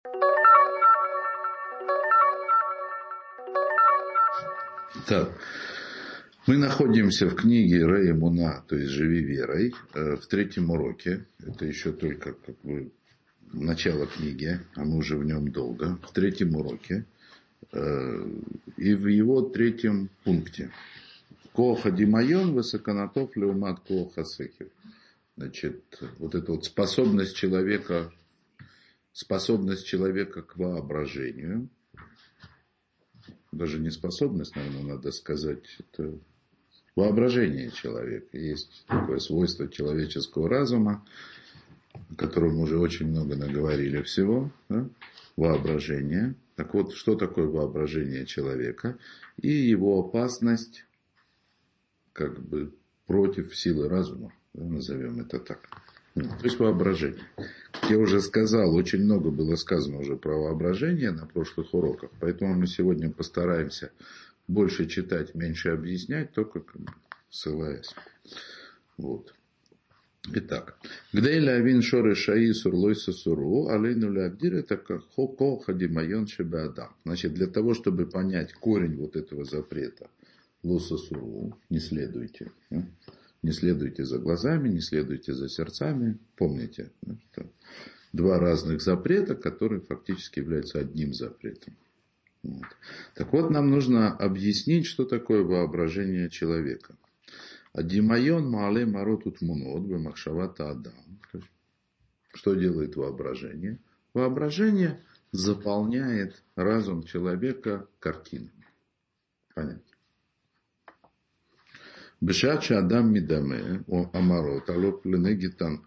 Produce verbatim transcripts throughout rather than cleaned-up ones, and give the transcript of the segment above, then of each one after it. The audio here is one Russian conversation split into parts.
Так, мы находимся в книге Рей Эмуна, то есть «Живи верой», в третьем уроке. Это еще только как бы начало книги, а мы уже в нем долго. В третьем уроке и в его третьем пункте. Коха димайон высоконатов леумат коха сехер. Значит, вот эта вот способность человека, способность человека к воображению, даже не способность, наверное, надо сказать, это воображение человека. Есть такое свойство человеческого разума, о котором мы уже очень много наговорили всего, да? Воображение. Так вот, что такое воображение человека и его опасность как бы против силы разума, да, назовем это так. То есть воображение. Как я уже сказал, очень много было сказано уже про воображение на прошлых уроках, поэтому мы сегодня постараемся больше читать, меньше объяснять, только как бы ссылаясь. Вот. Итак, гдейля авин шоры шаи сурлой сосуру, алейну лягдир это хоко хадимайон шебеадам. Значит, для того, чтобы понять корень вот этого запрета, лососуру, не следуйте. Не следуйте за глазами, не следуйте за сердцами. Помните, что два разных запрета, которые фактически являются одним запретом. Вот. Так вот, нам нужно объяснить, что такое воображение человека. Адимайон маале маротут мунот бемахшавата адам. Что делает воображение? Воображение заполняет разум человека картинами. Понятно? בשעת שאדם מדמה, או אמרות, עלות לנגד,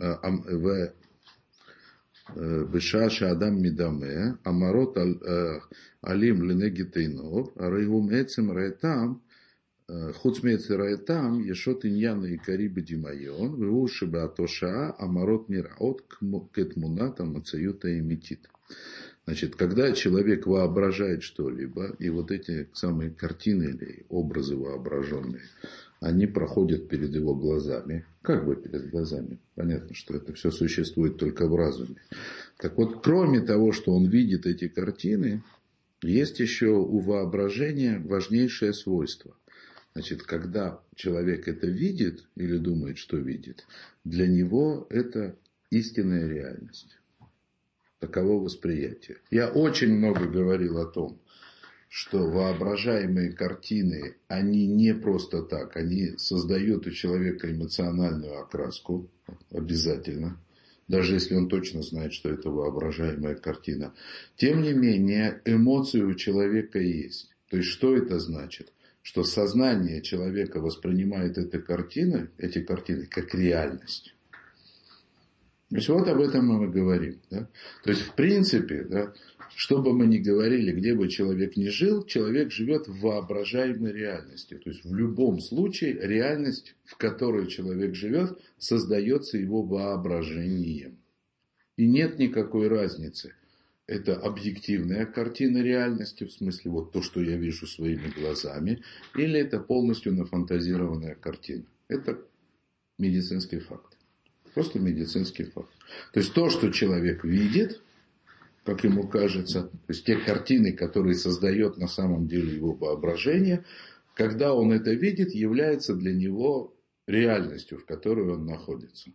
בשעה שאדם מדמה, אמרות עלים לנגד עיניו, הרי הוא מעצם ראיתם, חוץ מעצם ראיתם, ישות עניין העיקרי בדמיון, והוא שבאותו שעה אמרות נראות כתמונת המציאות האמיתית. Значит, когда человек воображает что-либо, и вот эти самые картины или образы воображенные, они проходят перед его глазами. Как бы перед глазами? Понятно, что это все существует только в разуме. Так вот, кроме того, что он видит эти картины, есть еще у воображения важнейшее свойство. Значит, когда человек это видит или думает, что видит, для него это истинная реальность. Таково восприятие. Я очень много говорил о том, что воображаемые картины, они не просто так, они создают у человека эмоциональную окраску, обязательно, даже если он точно знает, что это воображаемая картина. Тем не менее, эмоции у человека есть. То есть, что это значит? Что сознание человека воспринимает эти картины, эти картины как реальность. То есть, вот об этом мы говорим. Да? То есть, в принципе, да, что бы мы ни говорили, где бы человек ни жил, человек живет в воображаемой реальности. То есть, в любом случае, реальность, в которой человек живет, создается его воображением. И нет никакой разницы. Это объективная картина реальности, в смысле, вот то, что я вижу своими глазами, или это полностью нафантазированная картина. Это медицинский факт. Просто медицинский факт. То есть, то, что человек видит, как ему кажется, то есть, те картины, которые создает на самом деле его воображение, когда он это видит, является для него реальностью, в которой он находится.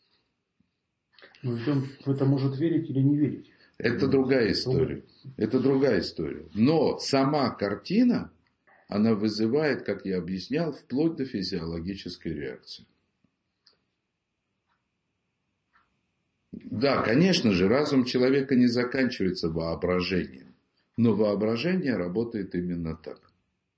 Но ведь он в это может верить или не верить. Это другая история. Это другая история. Но сама картина, она вызывает, как я объяснял, вплоть до физиологической реакции. Да, конечно же, разум человека не заканчивается воображением. Но воображение работает именно так.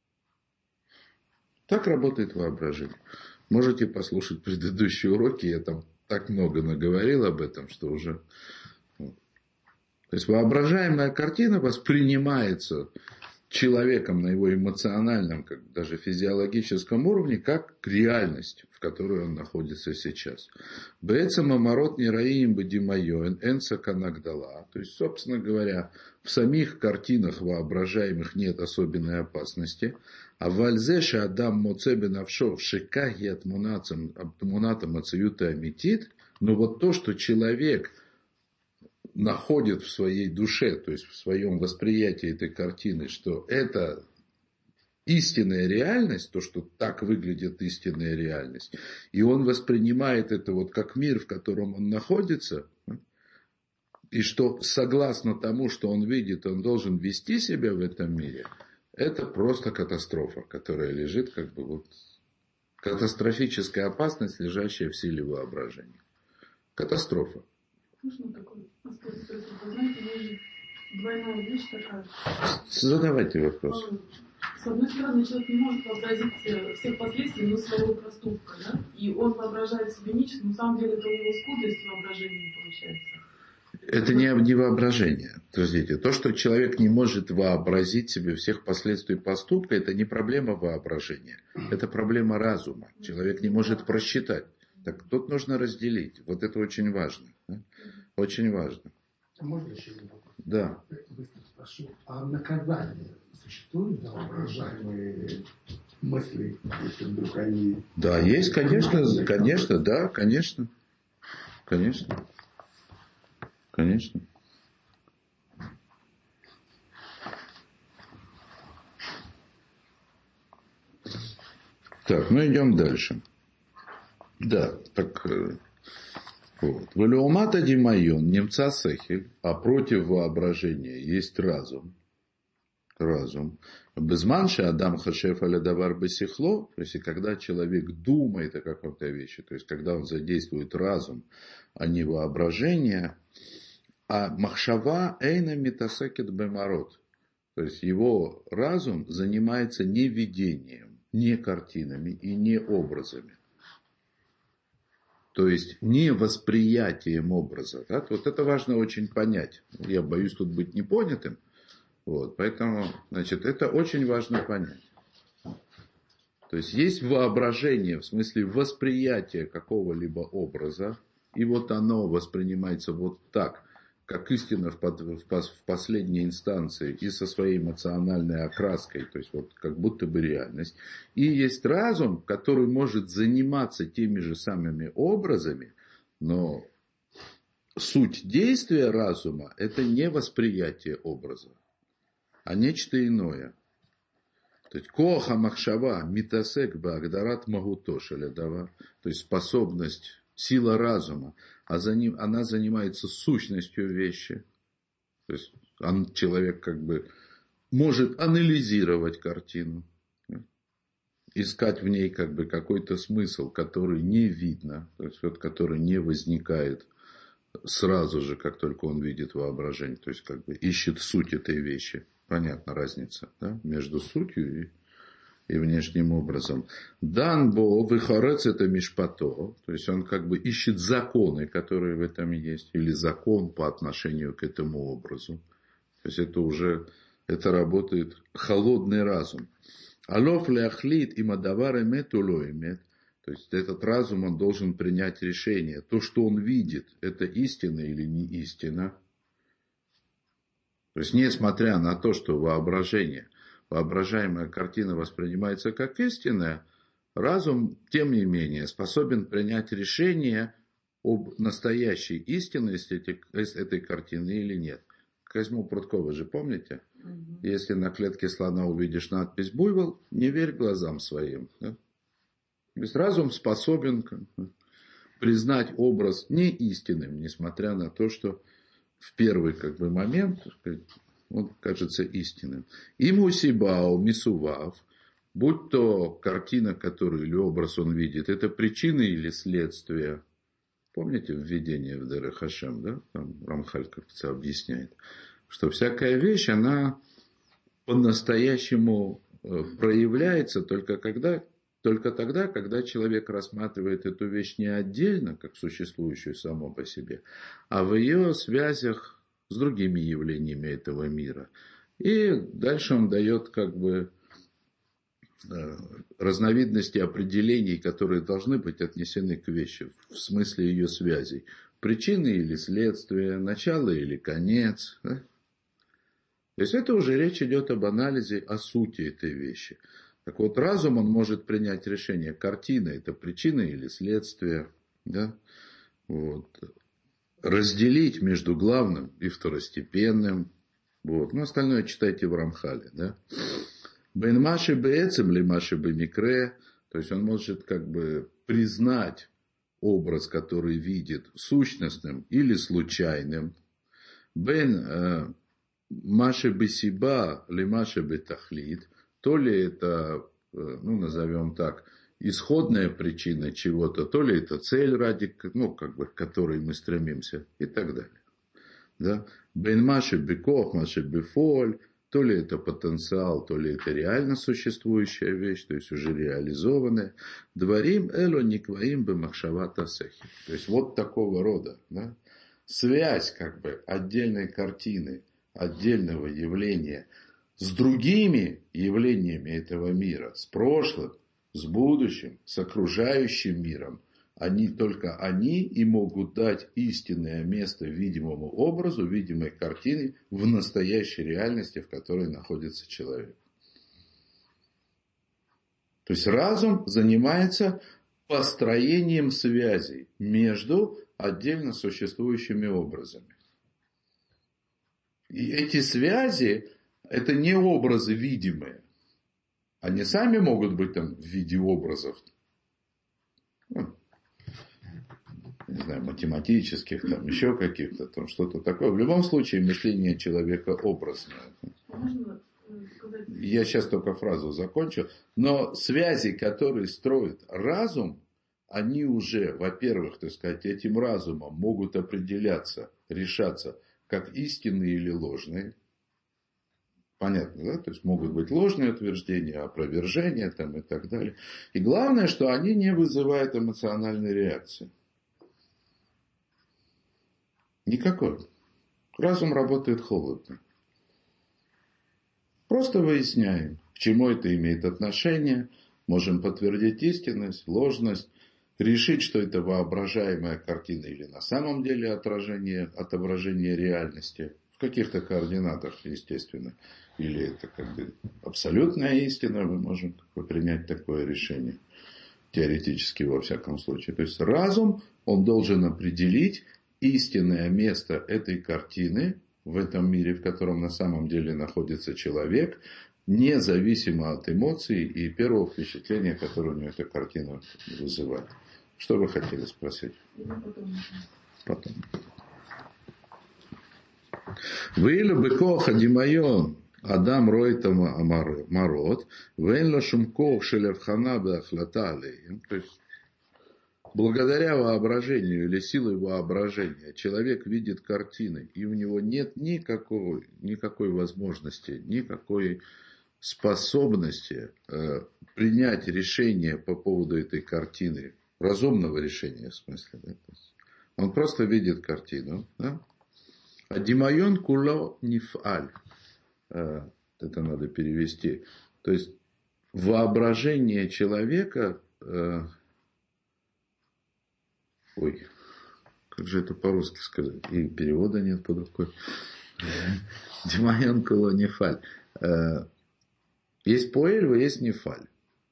Так работает воображение. Можете послушать предыдущие уроки, я там так много наговорил об этом, что уже... То есть, воображаемая картина воспринимается человеком на его эмоциональном, как даже физиологическом уровне, как реальность, в которой он находится сейчас. Бэцэм амарот нераим бадимайоэн энса канагдала. То есть, собственно говоря, в самих картинах воображаемых нет особенной опасности. А вальзеша адам моцебе навшов шикахи от муната мациюта амитит. Но вот то, что человек находит в своей душе, то есть в своем восприятии этой картины, что это истинная реальность, то, что так выглядит истинная реальность, и он воспринимает это вот как мир, в котором он находится, и что согласно тому, что он видит, он должен вести себя в этом мире, это просто катастрофа, которая лежит как бы вот катастрофическая опасность, лежащая в силе воображения. Катастрофа. Можно такой аспект спросить? Вы знаете, есть двойная вещь такая. Задавайте вопрос. С одной стороны, человек не может вообразить всех последствий но своего проступка, да? И он воображает себе нечто, но на самом деле это у него скудость воображения получается. Это не, не воображение. Подождите, то, что человек не может вообразить себе всех последствий поступка, это не проблема воображения, это проблема разума. Человек не может просчитать. Так тут нужно разделить. Вот это очень важно. Да? Очень важно. А можно еще один вопрос? Да. Быстро спрошу. А наказание существует за воображаемые мысли, если вдруг они... Да, есть, конечно, конечно, да, конечно. Конечно. Конечно. Так, ну идем дальше. Да, так вот. Валиумата димайон, немца сехель, а против воображения есть разум. Разум. Безманши адам хашеф аля давар бесихло, то есть, когда человек думает о какой-то вещи, то есть, когда он задействует разум, а не воображение, а махшава эйна митасекет бемарот, то есть, его разум занимается не видением, не картинами и не образами. То есть, не восприятием образа. Да? Вот это важно очень понять. Я боюсь тут быть непонятым. Вот, поэтому, значит, это очень важно понять. То есть, есть воображение, в смысле восприятие какого-либо образа, и вот оно воспринимается вот так, как истина в, под, в, в последней инстанции, и со своей эмоциональной окраской, то есть, вот как будто бы реальность. И есть разум, который может заниматься теми же самыми образами, но суть действия разума – это не восприятие образа, а нечто иное. То есть, коха махшава митасек баагдарат магуто шалядава, то есть, способность, сила разума, а за ним, она занимается сущностью вещи. То есть, он, человек как бы может анализировать картину, искать в ней как бы какой-то смысл, который не видно, то есть, вот, который не возникает сразу же, как только он видит воображение, то есть, как бы ищет суть этой вещи. Понятна разница, да, между сутью и, и внешним образом. Данбо выхорец это мишпато, то есть он как бы ищет законы, которые в этом есть, или закон по отношению к этому образу. То есть это уже, это работает холодный разум. Алоф ляхлит имадавар эмет уло эмет. То есть этот разум, он должен принять решение. То, что он видит, это истина или не истина. То есть, несмотря на то, что воображение, воображаемая картина воспринимается как истинная, разум, тем не менее, способен принять решение об настоящей истинности этой картины или нет. Козьму Прудкова же помните? Угу. Если на клетке слона увидишь надпись «Буйвол», не верь глазам своим. Да? То есть, разум способен признать образ неистинным, несмотря на то, что в первый как бы, момент он кажется истинным. Имусибао, мисував, будь то картина, которую или образ он видит, это причина или следствие. Помните введение в Дерech Хашем, да? Там Рамхаль как-то объясняет, что всякая вещь, она по-настоящему проявляется только когда... Только тогда, когда человек рассматривает эту вещь не отдельно, как существующую само по себе, а в ее связях с другими явлениями этого мира. И дальше он дает как бы разновидности определений, которые должны быть отнесены к вещи в смысле ее связей. Причины или следствие, начало или конец. Да? То есть это уже речь идет об анализе о сути этой вещи. Так вот, разум, он может принять решение, картина это причина или следствие. Да? Вот. разделить между главным и второстепенным. Вот. Ну, остальное читайте в Рамхале. Да? Бен маши беэцем ли маши бемикре. То есть он может как бы признать образ, который видит, сущностным или случайным. Бен маши бесиба ли маши бетахлит. То ли это, ну, назовем так, исходная причина чего-то, то ли это цель, ради, ну, как бы, к которой мы стремимся, и так далее. Да? Бен маши бекох, маши бефоль, то ли это потенциал, то ли это реально существующая вещь, то есть уже реализованная. Дворим эло никваим бемахшавата сехи. То есть вот такого рода, да? Связь как бы отдельной картины, отдельного явления с другими явлениями этого мира, с прошлым, с будущим, с окружающим миром, они только они и могут дать истинное место видимому образу, видимой картине в настоящей реальности, в которой находится человек. То есть разум занимается построением связей между отдельно существующими образами. И эти связи – это не образы видимые. Они сами могут быть там в виде образов, ну, не знаю, математических, там еще каких-то, там что-то такое. В любом случае мышление человека образное. Можно сказать? Я сейчас только фразу закончу. Но связи, которые строит разум, они уже, во-первых, так сказать, этим разумом могут определяться, решаться, как истинные или ложные. Понятно, да? То есть могут быть ложные утверждения, опровержения там, и так далее. И главное, что они не вызывают эмоциональной реакции. Никакой. Разум работает холодно. Просто выясняем, к чему это имеет отношение. Можем подтвердить истинность, ложность, решить, что это воображаемая картина или на самом деле отражение, отображение реальности. В каких-то координатах, естественно. Или это как бы абсолютная истина, мы можем как бы принять такое решение. Теоретически, во всяком случае. То есть разум, он должен определить истинное место этой картины в этом мире, в котором на самом деле находится человек, независимо от эмоций и первого впечатления, которое у него эта картина вызывает. Что вы хотели спросить? Потом. Вейлю бекоха димайон Адам ройтама амарот, вейлю шумкох шелевхана беахлата алеем. То есть, благодаря воображению или силой воображения человек видит картины, и у него нет никакой, никакой возможности, никакой способности э, принять решение по поводу этой картины, разумного решения в смысле. Да? Он просто видит картину. Да? А димайон куло нифаль. Это надо перевести. То есть воображение человека... Э, ой, как же это по-русски сказать? И перевода нет под рукой. Димайон куло нифаль. Есть поэль, есть нефаль.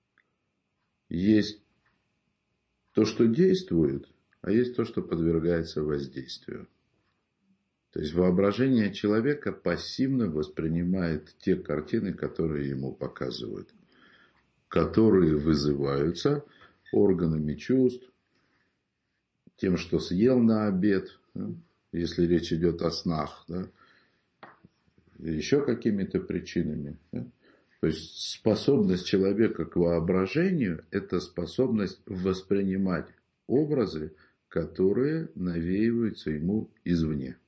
Есть то, что действует, а есть то, что подвергается воздействию. То есть воображение человека пассивно воспринимает те картины, которые ему показывают, которые вызываются органами чувств, тем, что съел на обед, да, если речь идет о снах, да, еще какими-то причинами. Да. То есть способность человека к воображению – это способность воспринимать образы, которые навеиваются ему извне.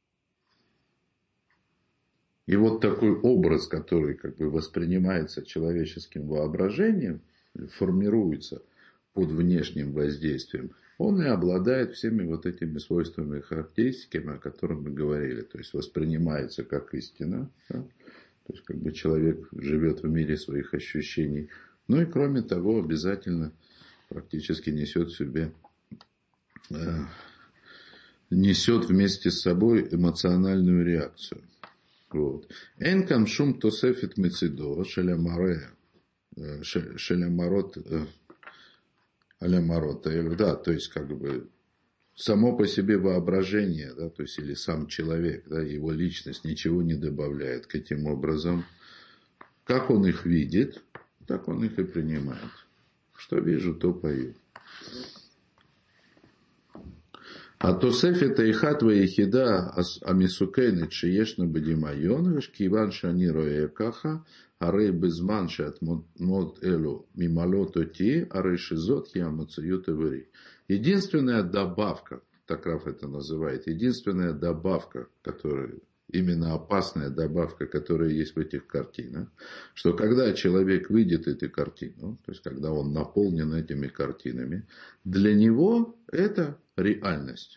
И вот такой образ, который как бы воспринимается человеческим воображением, формируется под внешним воздействием, он и обладает всеми вот этими свойствами и характеристиками, о которых мы говорили. То есть воспринимается как истина. Да? То есть как бы человек живет в мире своих ощущений. Ну и кроме того, обязательно практически несет в себе, э, несет вместе с собой эмоциональную реакцию. Вот. Энкам шум тосефит мецидо шелямаре шелямарот алямарот. Да, то есть как бы само по себе воображение, да, то есть или сам человек, да, его личность ничего не добавляет к этим образам. Как он их видит, так он их и принимает. Что вижу, то пою. А тосефет האחת והיחידה המסוכנת שישנו בדמיון, כיוון שאני רואה ככה, הרי בזמן שהתמונות אלו ממלאות אותי, הרי שזאת היא המציאות העברית. Единственная добавка, так Раф это называет, единственная добавка, которая, именно опасная добавка, которая есть в этих картинах, что когда человек видит эту картину, то есть когда он наполнен этими картинами, для него это реальность.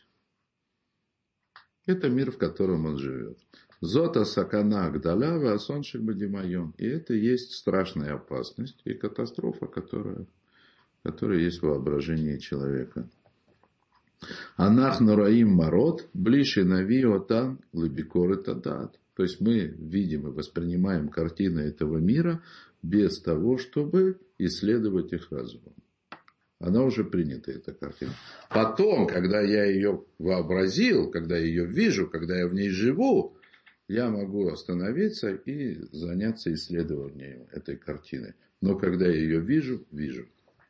Это мир, в котором он живет. Зота сакана гдалява асон шельбадимайон. И это есть страшная опасность и катастрофа, которая, которая есть в воображении человека. Анах нураим марот, блише нави отан лабикоры тадат. То есть мы видим и воспринимаем картины этого мира без того, чтобы исследовать их разумом. Она уже принята, эта картина. Потом, когда я ее вообразил, когда я ее вижу, когда я в ней живу, я могу остановиться и заняться исследованием этой картины. Но когда я ее вижу, вижу.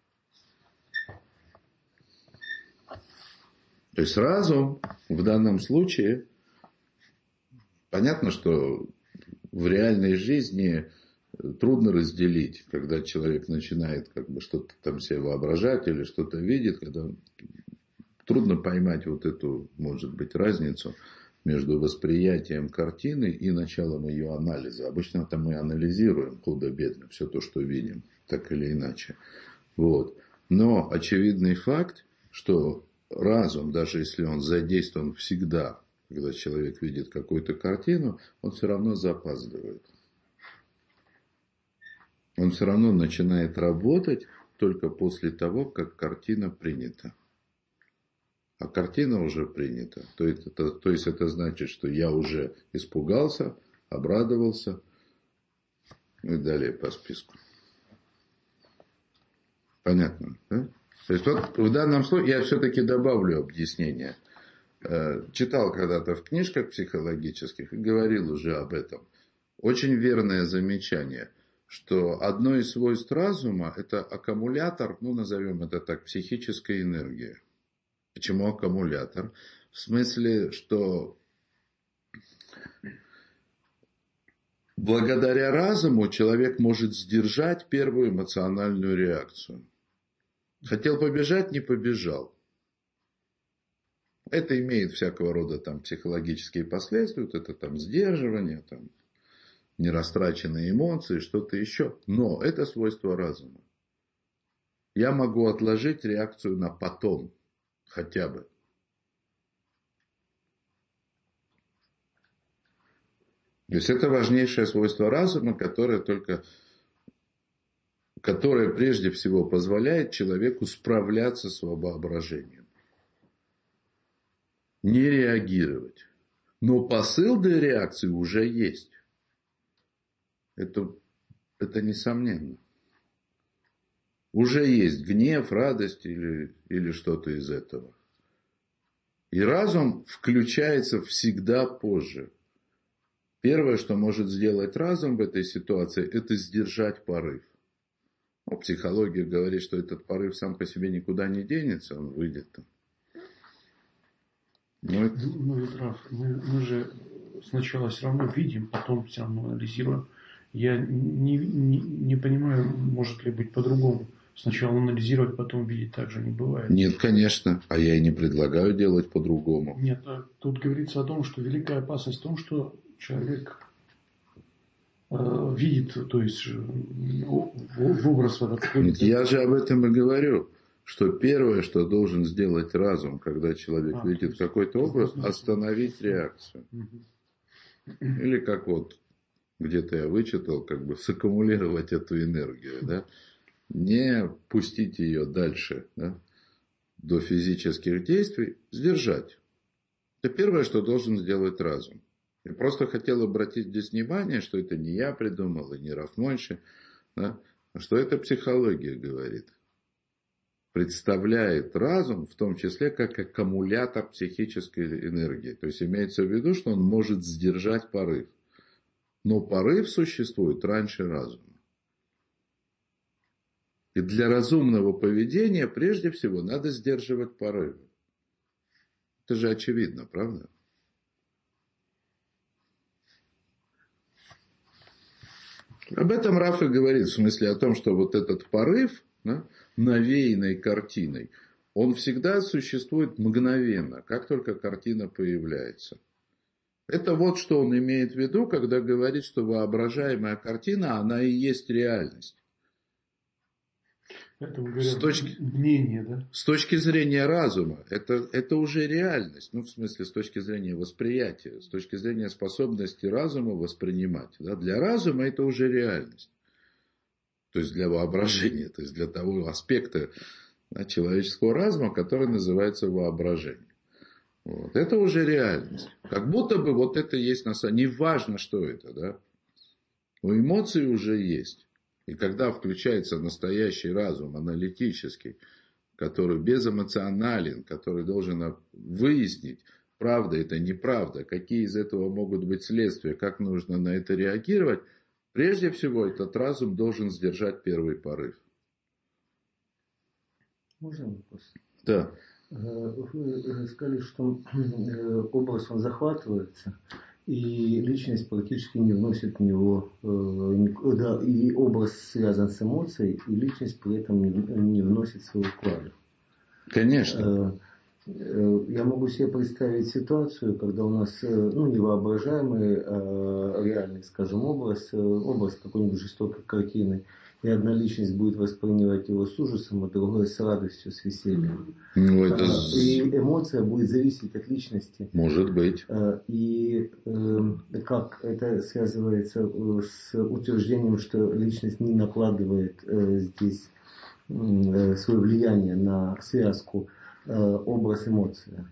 То есть разум в данном случае, понятно, что в реальной жизни трудно разделить, когда человек начинает как бы что-то там себе воображать или что-то видит, когда трудно поймать вот эту, может быть, разницу между восприятием картины и началом ее анализа. Обычно это мы анализируем худо-бедно все то, что видим, так или иначе. Вот. Но очевидный факт, что разум, даже если он задействован всегда, когда человек видит какую-то картину, он все равно запаздывает. Он все равно начинает работать только после того, как картина принята. А картина уже принята. То есть, это, то есть это значит, что я уже испугался, обрадовался и далее по списку. Понятно, да? То есть вот в данном случае я все-таки добавлю объяснение. Читал когда-то в книжках психологических и говорил уже об этом. Очень верное замечание, что одно из свойств разума – это аккумулятор, ну, назовем это так, психической энергии. Почему аккумулятор? В смысле, что благодаря разуму человек может сдержать первую эмоциональную реакцию. Хотел побежать – не побежал. Это имеет всякого рода там психологические последствия, вот это там сдерживание, там, нерастраченные эмоции, что-то еще. Но это свойство разума. Я могу отложить реакцию на потом, хотя бы. То есть это важнейшее свойство разума, которое только, которое прежде всего позволяет человеку справляться с воображением. Не реагировать. Но посыл для реакции уже есть. Это, это несомненно. Уже есть гнев, радость или, или что-то из этого. И разум включается всегда позже. Первое, что может сделать разум в этой ситуации, это сдержать порыв. Ну, психология говорит, что этот порыв сам по себе никуда не денется, он выйдет там. Но это... Ну, ведь, Раф, мы, мы же сначала все равно видим, потом все равно анализируем. Я не, не, не понимаю, может ли быть по-другому. Сначала анализировать, потом видеть так же не бывает. Нет, конечно. А я и не предлагаю делать по-другому. Нет, тут говорится о том, что великая опасность в том, что человек э, видит, то есть в, в образ этот входит. Я же об этом и говорю, что первое, что должен сделать разум, когда человек а, видит какой-то образ, остановить реакцию. Угу. Или как вот где-то я вычитал, как бы саккумулировать эту энергию, да? Не пустить ее дальше, да, до физических действий, сдержать. Это первое, что должен сделать разум. Я просто хотел обратить здесь внимание, что это не я придумал, и не Раф Мойши, да, а что это психология говорит. представляет разум, в том числе как аккумулятор психической энергии. То есть имеется в виду, что он может сдержать порыв. Но порыв существует раньше разума. И для разумного поведения прежде всего надо сдерживать порывы. Это же очевидно, правда? Об этом Раф и говорит, в смысле о том, что вот этот порыв, да, навеянной картиной, он всегда существует мгновенно, как только картина появляется. Это вот что он имеет в виду, когда говорит, что воображаемая картина, она и есть реальность. Это, говорят, с точки, мнение, да? С точки зрения разума, это, это уже реальность. Ну, в смысле, с точки зрения восприятия, с точки зрения способности разума воспринимать. Да? Для разума это уже реальность. То есть для воображения, то есть для того аспекта, да, человеческого разума, который называется воображение. Вот. Это уже реальность. Как будто бы вот это есть на самом деле. Неважно, что это. Да? У эмоций уже есть. И когда включается настоящий разум, аналитический, который безэмоционален, который должен выяснить, правда это, неправда, какие из этого могут быть следствия, как нужно на это реагировать, прежде всего этот разум должен сдержать первый порыв. Можно вопрос? Да. Вы сказали, что образ он захватывается, и личность практически не вносит в него, да, и образ связан с эмоцией, и личность при этом не вносит своего вклада. Конечно. Я могу себе представить ситуацию, когда у нас, ну, невоображаемый, а реальный, скажем, образ, образ какой-нибудь жестокой картины, и одна личность будет воспринимать его с ужасом, а другая с радостью, с весельем. Ну, это... И эмоция будет зависеть от личности. Может быть. И как это связывается с утверждением, что личность не накладывает здесь свое влияние на связку образ-эмоция?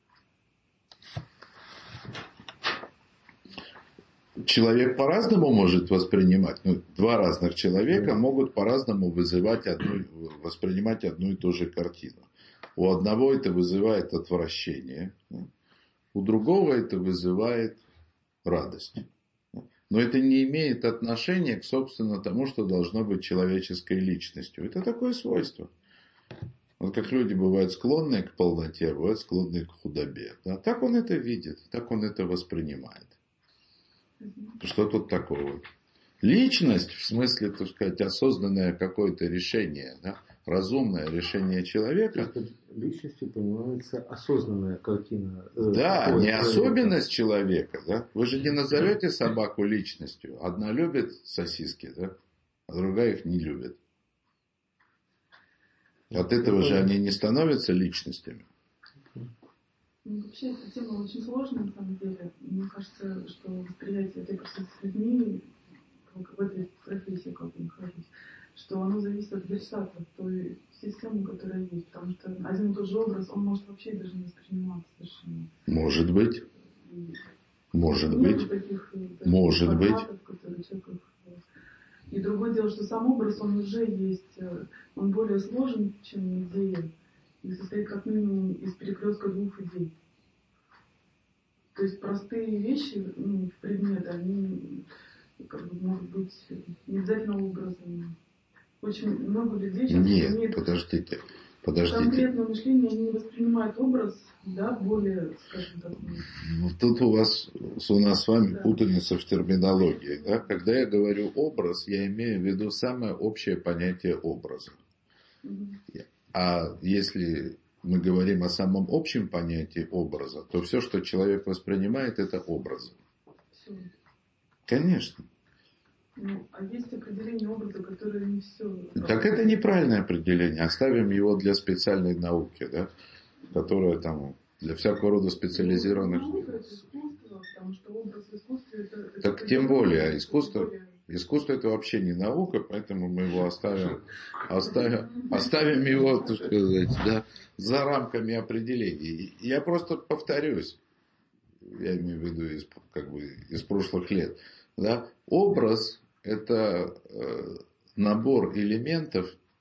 Человек по-разному может воспринимать. Ну, два разных человека могут по-разному вызывать одну, воспринимать одну и ту же картину. У одного это вызывает отвращение, у другого это вызывает радость. Но это не имеет отношения к, собственно, тому, что должно быть человеческой личностью. Это такое свойство. Вот как люди бывают склонны к полноте, бывают склонны к худобе. Да? Так он это видит, так он это воспринимает. Что тут такого? Личность, в смысле, так сказать, осознанное какое-то решение, да? Разумное решение человека. Личностью понимается осознанная картина. Э, да, не человека. Особенность человека. Да? Вы же не назовете собаку личностью. Одна любит сосиски, да? А другая их не любит. От этого же они не становятся личностями. Ну, вообще, эта тема очень сложная, на самом деле. Мне кажется, что восприятие этой красоты с людьми, как в этой профессии, как я нахожусь, что оно зависит от адресата, той системы, которая есть. Потому что один и тот же образ, он может вообще даже не восприниматься совершенно. Может быть. И может быть. Таких, таких может быть. Которые человек... И другое дело, что сам образ, он уже есть, он более сложен, чем идея. И состоит как минимум из перекрестка двух идей. То есть простые вещи, ну, предметы, они как бы, могут быть не обязательно образом. Очень много людей сейчас Нет, имеют подождите, подождите. конкретное мышление, они не воспринимают образ, да, более, скажем так. Ну, тут у вас, у нас с вами да. путаница в терминологии. Да? Когда я говорю образ, я имею в виду самое общее понятие образа. Угу. А если мы говорим о самом общем понятии образа, то все, что человек воспринимает, это образы. Все. Конечно. Ну, а есть определение образа, которое не все. Так это неправильное определение. Оставим его для специальной науки, да, которая там для всякого рода специализированных. Ну, наука, это искусство, потому что образ в искусстве это. Так это тем более, более, искусство. более... Искусство это вообще не наука, поэтому мы его оставим, оставим, оставим его, так сказать, да, за рамками определений. Я просто повторюсь, я имею в виду из, как бы, из прошлых лет, да, образ это э, набор элементов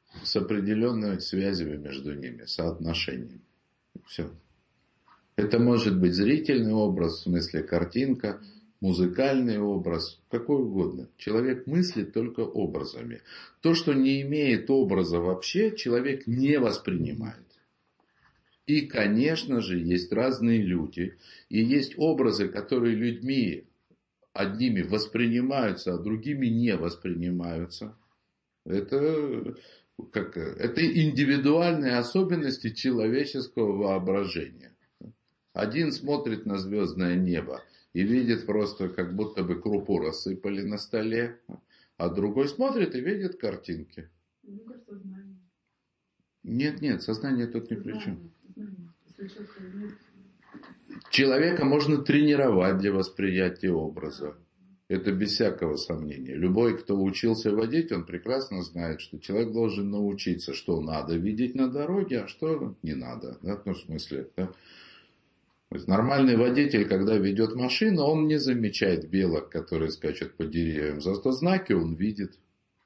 с определенными связями между ними, соотношением. Все. Это может быть зрительный образ, в смысле картинка, музыкальный образ, какой угодно. Человек мыслит только образами. То, что не имеет образа вообще, человек не воспринимает. И, конечно же, есть разные люди, и есть образы, которые людьми одними воспринимаются, а другими не воспринимаются. Это, как, это индивидуальные особенности человеческого воображения. Один смотрит на звездное небо и видит просто, как будто бы крупу рассыпали на столе, а другой смотрит и видит картинки. Мне кажется, сознание. Нет, нет, сознание тут ни при Сознание, чем. сознание. Если человека нет... Человека можно тренировать для восприятия образа. Это без всякого сомнения. Любой, кто учился водить, он прекрасно знает, что человек должен научиться, что надо видеть на дороге, а что не надо. Да? Ну, в смысле, да? То есть нормальный водитель, когда ведет машину, он не замечает белок, которые скачут по деревьям. Зато знаки он видит.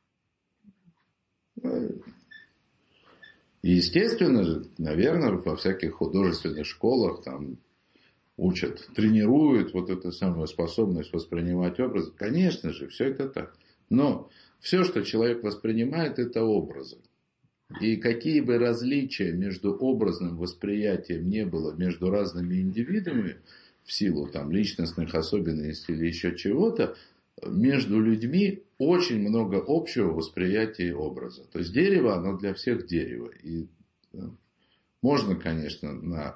И естественно же, наверное, во всяких художественных школах там учат, тренируют вот эту самую способность воспринимать образы. Конечно же, все это так. Но все, что человек воспринимает, это образы. И какие бы различия между образным восприятием не было между разными индивидами, в силу там, личностных особенностей или еще чего-то, между людьми очень много общего восприятия образа. То есть дерево, оно для всех дерево. И да, можно, конечно, на...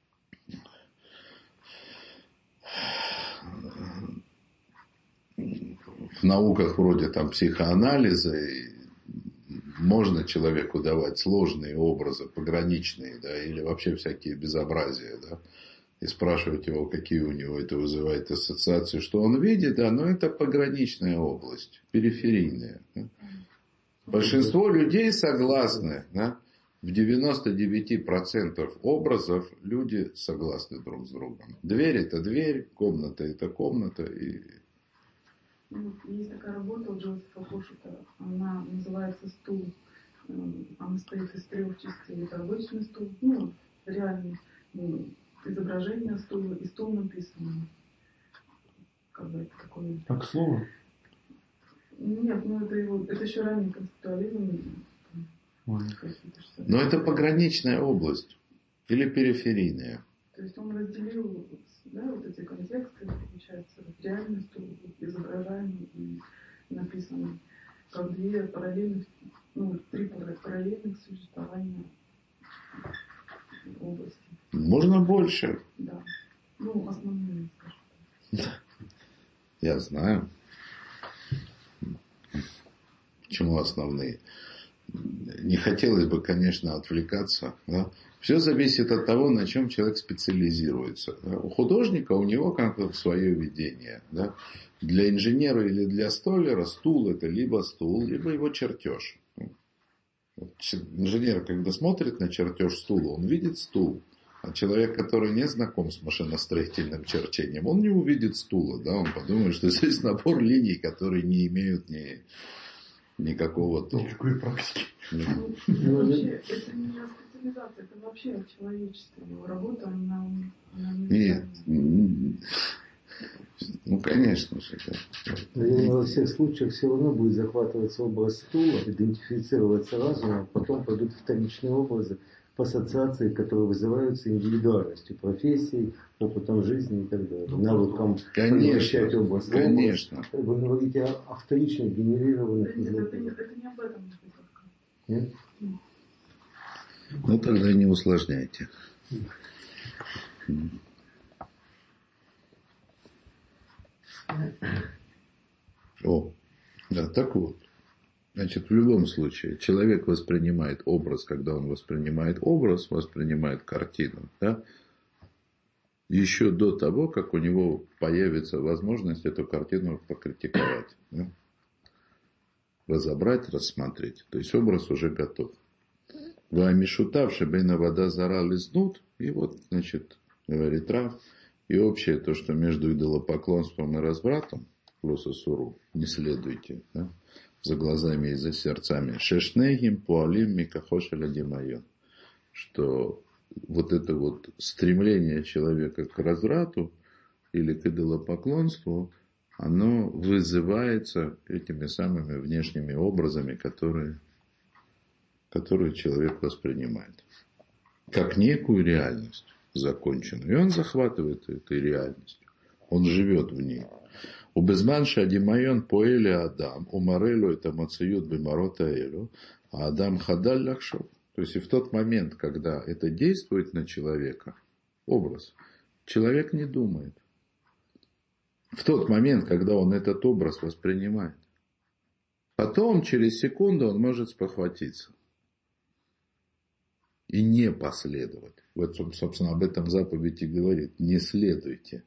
в науках вроде там, психоанализа можно человеку давать сложные образы, пограничные, да, или вообще всякие безобразия, да, и спрашивать его, какие у него это вызывает ассоциации, что он видит, да, но это пограничная область, периферийная. Да. Большинство людей согласны, да, в девяносто девять процентов образов люди согласны друг с другом. Дверь это дверь, комната это комната. И... Есть такая работа у Джозефа Пошета, она называется «Стул». Она состоит из трех частей. Это обычный стул, ну, реальный, изображение стула и стул написанный. Как бы это такое... Как слово? Нет, ну это его, это еще ранний концептуализм. Но это пограничная область или периферийная. То есть он разделил, да, вот эти контексты, получается, реальный стул, изображаемый и написанный, как две параллельных, ну, три параллельных существования области. Можно больше. Да. Ну, основные, скажем так. Я знаю. Почему основные? Не хотелось бы, конечно, отвлекаться. Да? Все зависит от того, на чем человек специализируется. Да? У художника у него как-то свое видение. Да? Для инженера или для столяра стул это либо стул, либо его чертеж. Инженер, когда смотрит на чертеж стула, он видит стул. А человек, который не знаком с машиностроительным черчением, он не увидит стула. Да? Он подумает, что здесь набор линий, которые не имеют ни... никакого толка. Никакой практики. Ну, вообще, это не специализация, это вообще человечество. Его работа, она, она Нет. Ну, конечно же. Да. Наверное, во всех случаях все равно будет захватываться образ стула, идентифицироваться разумом, потом пойдут вторичные образы по ассоциации, которые вызываются индивидуальностью, профессией, опытом жизни и так далее. Навыком превращать образ в образ. Конечно. Вы говорите о, о вторичных генерированных Нет, это, изображениях. это не об этом. Нет? Ну, тогда не усложняйте. О, да, так вот. Значит, в любом случае, человек воспринимает образ, когда он воспринимает образ, воспринимает картину, да, еще до того, как у него появится возможность эту картину покритиковать, да, разобрать, рассмотреть. То есть образ уже готов. Ваамишутав шебейна вода зара лизнут, и вот, значит, говорит Рав, и общее то, что между идолопоклонством и развратом, лососуру, не следуйте, да, за глазами и за сердцами. Шешнегим пуалим микахошеля димайон. Что вот это вот стремление человека к разврату или к идолопоклонству, оно вызывается этими самыми внешними образами, которые, которые человек воспринимает. Как некую реальность законченную. И он захватывает этой реальностью. Он живет в ней. У безманша адимайон поэли Адам, у Марелю это мациют бимарота элю, а Адам хадаль лахшов. То есть и в тот момент, когда это действует на человека, образ, человек не думает. В тот момент, когда он этот образ воспринимает. Потом, через секунду, он может спохватиться. И не последовать. Вот, собственно, об этом заповедь и говорит. Не следуйте.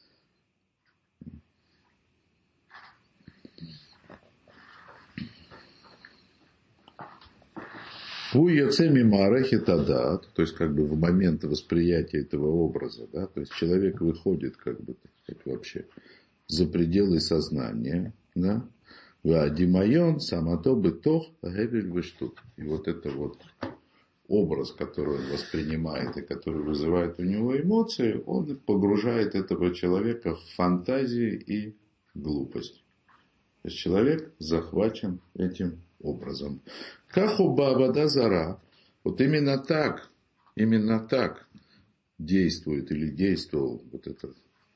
Пуйоцеми марехи тадат, то есть как бы в момент восприятия этого образа, да, то есть человек выходит как бы так сказать, вообще за пределы сознания, да, вадимайон самото бытох гевель выштут. И вот это вот образ, который он воспринимает и который вызывает у него эмоции, он погружает этого человека в фантазии и глупость. То есть человек захвачен этим образом. Кахуба вода зара. Вот именно так, именно так действует или действовал вот это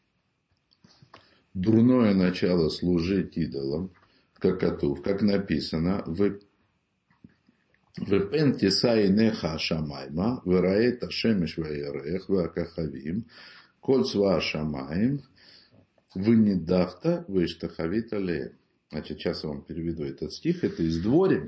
дурное начало служить идолам, как котов, как написано в Вепен тисай неха шамайма, вераэта шемеш ваерех, вакахавим, коль цва шамайм, вынедахта, выштахавита леем. Значит, сейчас я вам переведу этот стих, это из Дворим.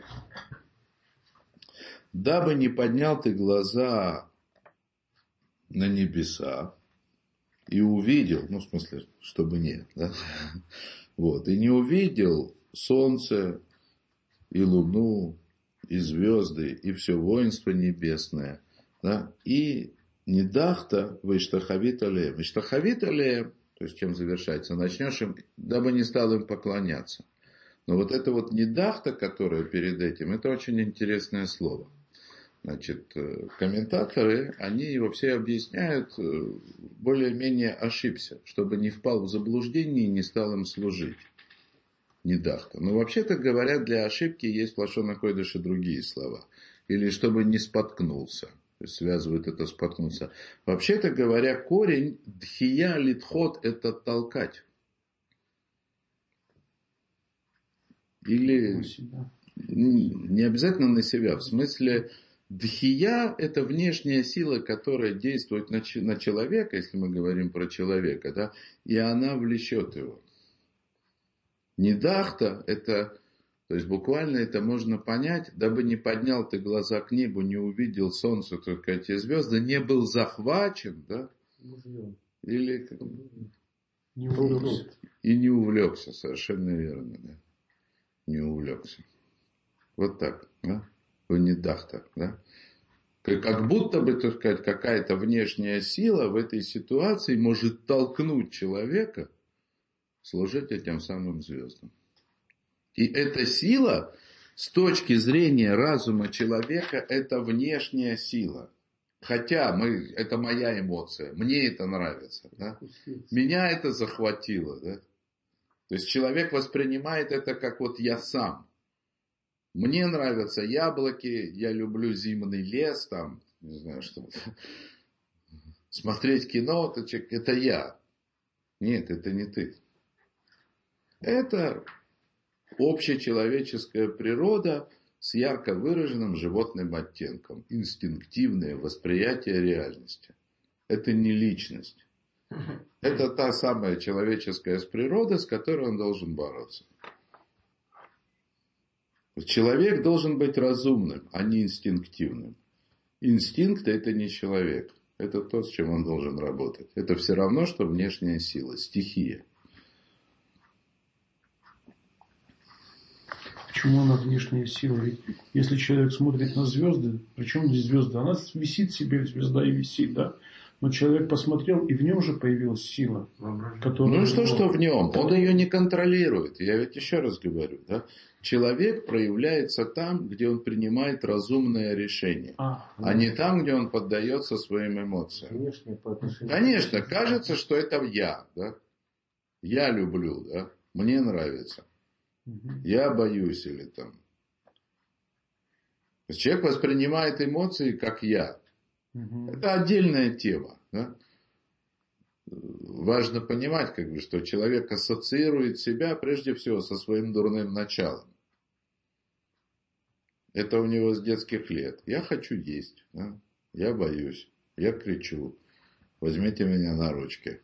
Дабы не поднял ты глаза на небеса и увидел, ну, в смысле, чтобы нет, да? Вот, и не увидел солнце и луну, и звезды, и все воинство небесное, да? И недахта виштахавит алеем. Виштахавит алеем, то есть чем завершается, начнешь им, дабы не стал им поклоняться. Но вот это вот недахта, которое перед этим, это очень интересное слово. Значит, комментаторы, они его все объясняют, более-менее ошибся, чтобы не впал в заблуждение и не стал им служить. Недахта. Но вообще-то говоря, для ошибки есть в лашон а-койдеш и другие слова. Или чтобы не споткнулся. То есть связывают это споткнуться. Вообще-то говоря, корень дхия литхот это толкать. Или не обязательно на себя. В смысле, дхия это внешняя сила, которая действует на, на человека, если мы говорим про человека, да, и она влечет его. Недахта это, то есть буквально это можно понять, дабы не поднял ты глаза к небу, не увидел солнце, только эти звезды, не был захвачен, да? Или не увлекся. И не увлекся, совершенно верно, да. Не увлекся. Вот так, да? В недахта, да? Как будто бы, так сказать, какая-то внешняя сила в этой ситуации может толкнуть человека служить этим самым звездам. И эта сила, с точки зрения разума человека, это внешняя сила. Хотя мы, это моя эмоция, мне это нравится. Да? Меня это захватило. Да? То есть человек воспринимает это как вот я сам. Мне нравятся яблоки, я люблю зимний лес, там, не знаю что. Смотреть кино, это, это я. Нет, это не ты. Это общечеловеческая природа с ярко выраженным животным оттенком. Инстинктивное восприятие реальности. Это не личность. Это та самая человеческая природа, с которой он должен бороться. Человек должен быть разумным, а не инстинктивным. Инстинкт – это не человек. Это то, с чем он должен работать. Это все равно, что внешняя сила, стихия. Почему она внешняя сила? Ведь если человек смотрит на звезды, причем здесь звезды, она висит себе, звезда и висит, да? Но человек посмотрел, и в нем же появилась сила, которая... Ну что, что в нем? Он ее не контролирует. Я ведь еще раз говорю, да? Человек проявляется там, где он принимает разумное решение, а, а не там, где он поддается своим эмоциям. Внешне по отношению... Конечно, кажется, что это я, да? Я люблю, да? Мне нравится. Угу. Я боюсь или там. То есть человек воспринимает эмоции как я. Угу. Это отдельная тема, да? Важно понимать, как бы, что человек ассоциирует себя прежде всего со своим дурным началом. Это у него с детских лет. Я хочу есть, да? Я боюсь, я кричу, возьмите меня на ручки.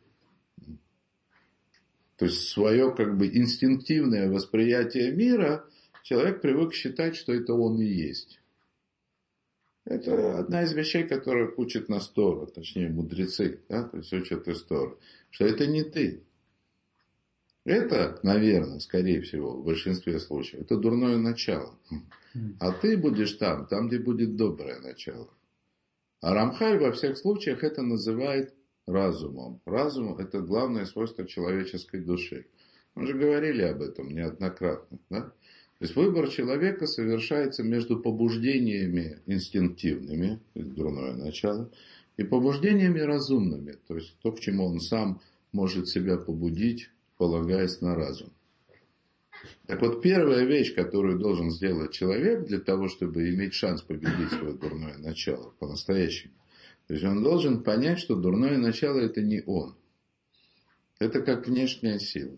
То есть свое как бы инстинктивное восприятие мира человек привык считать, что это он и есть. Это одна из вещей, которых учат нас Тора, точнее мудрецы, да? То есть учат из Торы, что это не ты. Это, наверное, скорее всего, в большинстве случаев, это дурное начало. А ты будешь там, там, где будет доброе начало. А Рамхаль во всех случаях это называет разумом. Разум – это главное свойство человеческой души. Мы же говорили об этом неоднократно. Да? То есть выбор человека совершается между побуждениями инстинктивными, то есть дурное начало, и побуждениями разумными, то есть то, к чему он сам может себя побудить, полагаясь на разум. Так вот, первая вещь, которую должен сделать человек для того, чтобы иметь шанс победить свое дурное начало по-настоящему, то есть он должен понять, что дурное начало – это не он. Это как внешняя сила.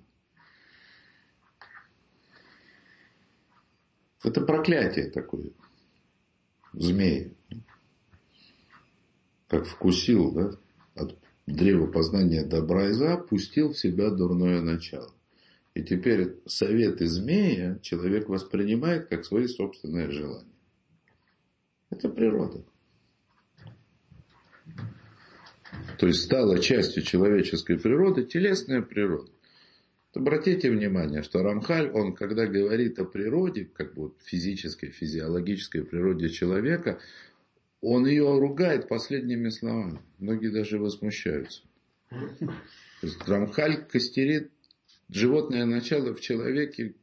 Это проклятие такое. Змея. Как вкусил, да, от древа познания добра и зла, пустил в себя дурное начало. И теперь советы змея человек воспринимает как свои собственные желания. Это природа. То есть стала частью человеческой природы телесная природа. Обратите внимание, что Рамхаль, он когда говорит о природе, как бы вот физической, физиологической природе человека, он ее ругает последними словами. Многие даже возмущаются. То есть Рамхаль костерит животное начало в человеке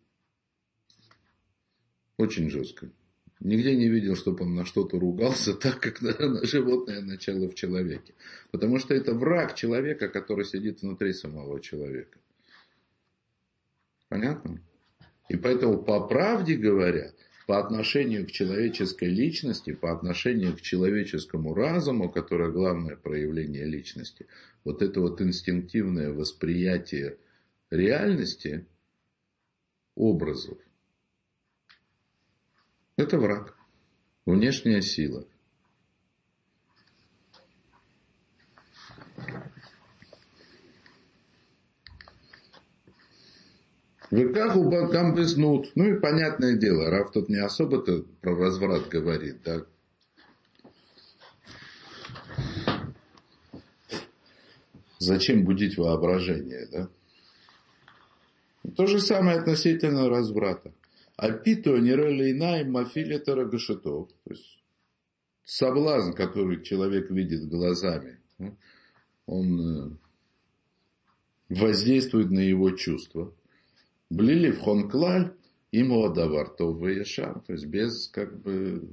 очень жестко. Нигде не видел, чтобы он на что-то ругался так, как на, на животное начало в человеке. Потому что это враг человека, который сидит внутри самого человека. Понятно? И поэтому, по правде говоря, по отношению к человеческой личности, по отношению к человеческому разуму, которое главное проявление личности, вот это вот инстинктивное восприятие реальности, образов, это враг, внешняя сила. Веках у Бакам безнут. Ну и понятное дело, Рав тут не особо-то про разврат говорит, да. Зачем будить воображение, да? То же самое относительно разврата. Апито нерелейнай мафилета рагашитов. То есть соблазн, который человек видит глазами, он воздействует на его чувства. Блили в хонклаль ему адавар то веешар. То есть без как бы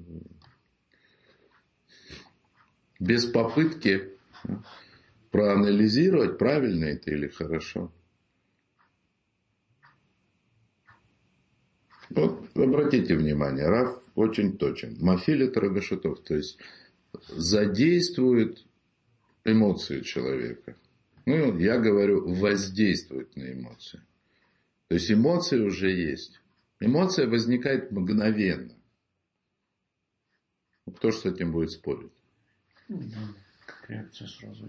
без попытки проанализировать, правильно это или хорошо. Вот обратите внимание, Рав очень точен. Мафилет рагашитов, то есть задействует эмоции человека. Ну, я говорю, воздействует на эмоции. То есть эмоции уже есть. Эмоция возникает мгновенно. Кто же с этим будет спорить? Ну, да, как реакция сразу.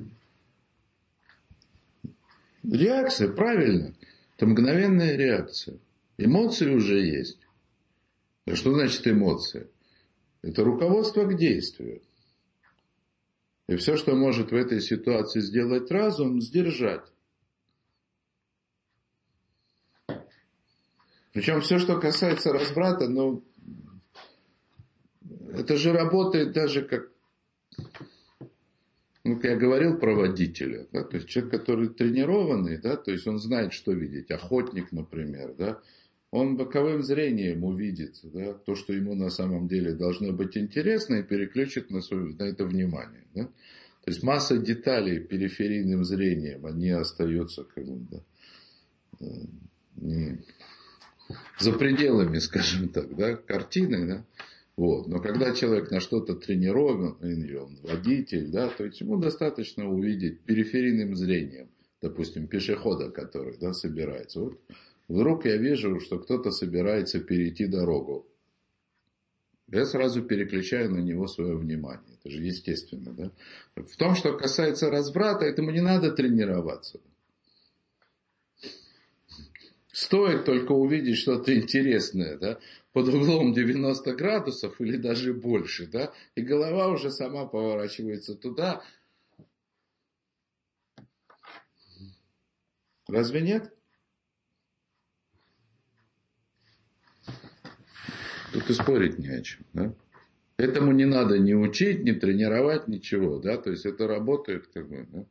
Реакция, правильно. Это мгновенная реакция. Эмоции уже есть. А что значит эмоция? Это руководство к действию. И все, что может в этой ситуации сделать разум, сдержать. Причем все, что касается разврата, ну, это же работает даже как... ну, я говорил про водителя, да, то есть человек, который тренированный, да, то есть он знает, что видеть. Охотник, например, да, он боковым зрением увидит, да, то, что ему на самом деле должно быть интересно, и переключит на, свое, на это внимание. Да. То есть масса деталей периферийным зрением, они остаются как бы, да, не, за пределами, скажем так, да, картины, да. Вот. Но когда человек на что-то тренирован, он водитель, да, то есть ему достаточно увидеть периферийным зрением, допустим, пешехода, который, да, собирается. Вот вдруг я вижу, что кто-то собирается перейти дорогу. Я сразу переключаю на него свое внимание. Это же естественно, да. В том, что касается разврата, этому не надо тренироваться. Стоит только увидеть что-то интересное, да, под углом девяносто градусов или даже больше, да, и голова уже сама поворачивается туда. Разве нет? Тут и спорить не о чем, да. Этому не надо ни учить, ни тренировать, ничего, да, то есть это работает как бы, да.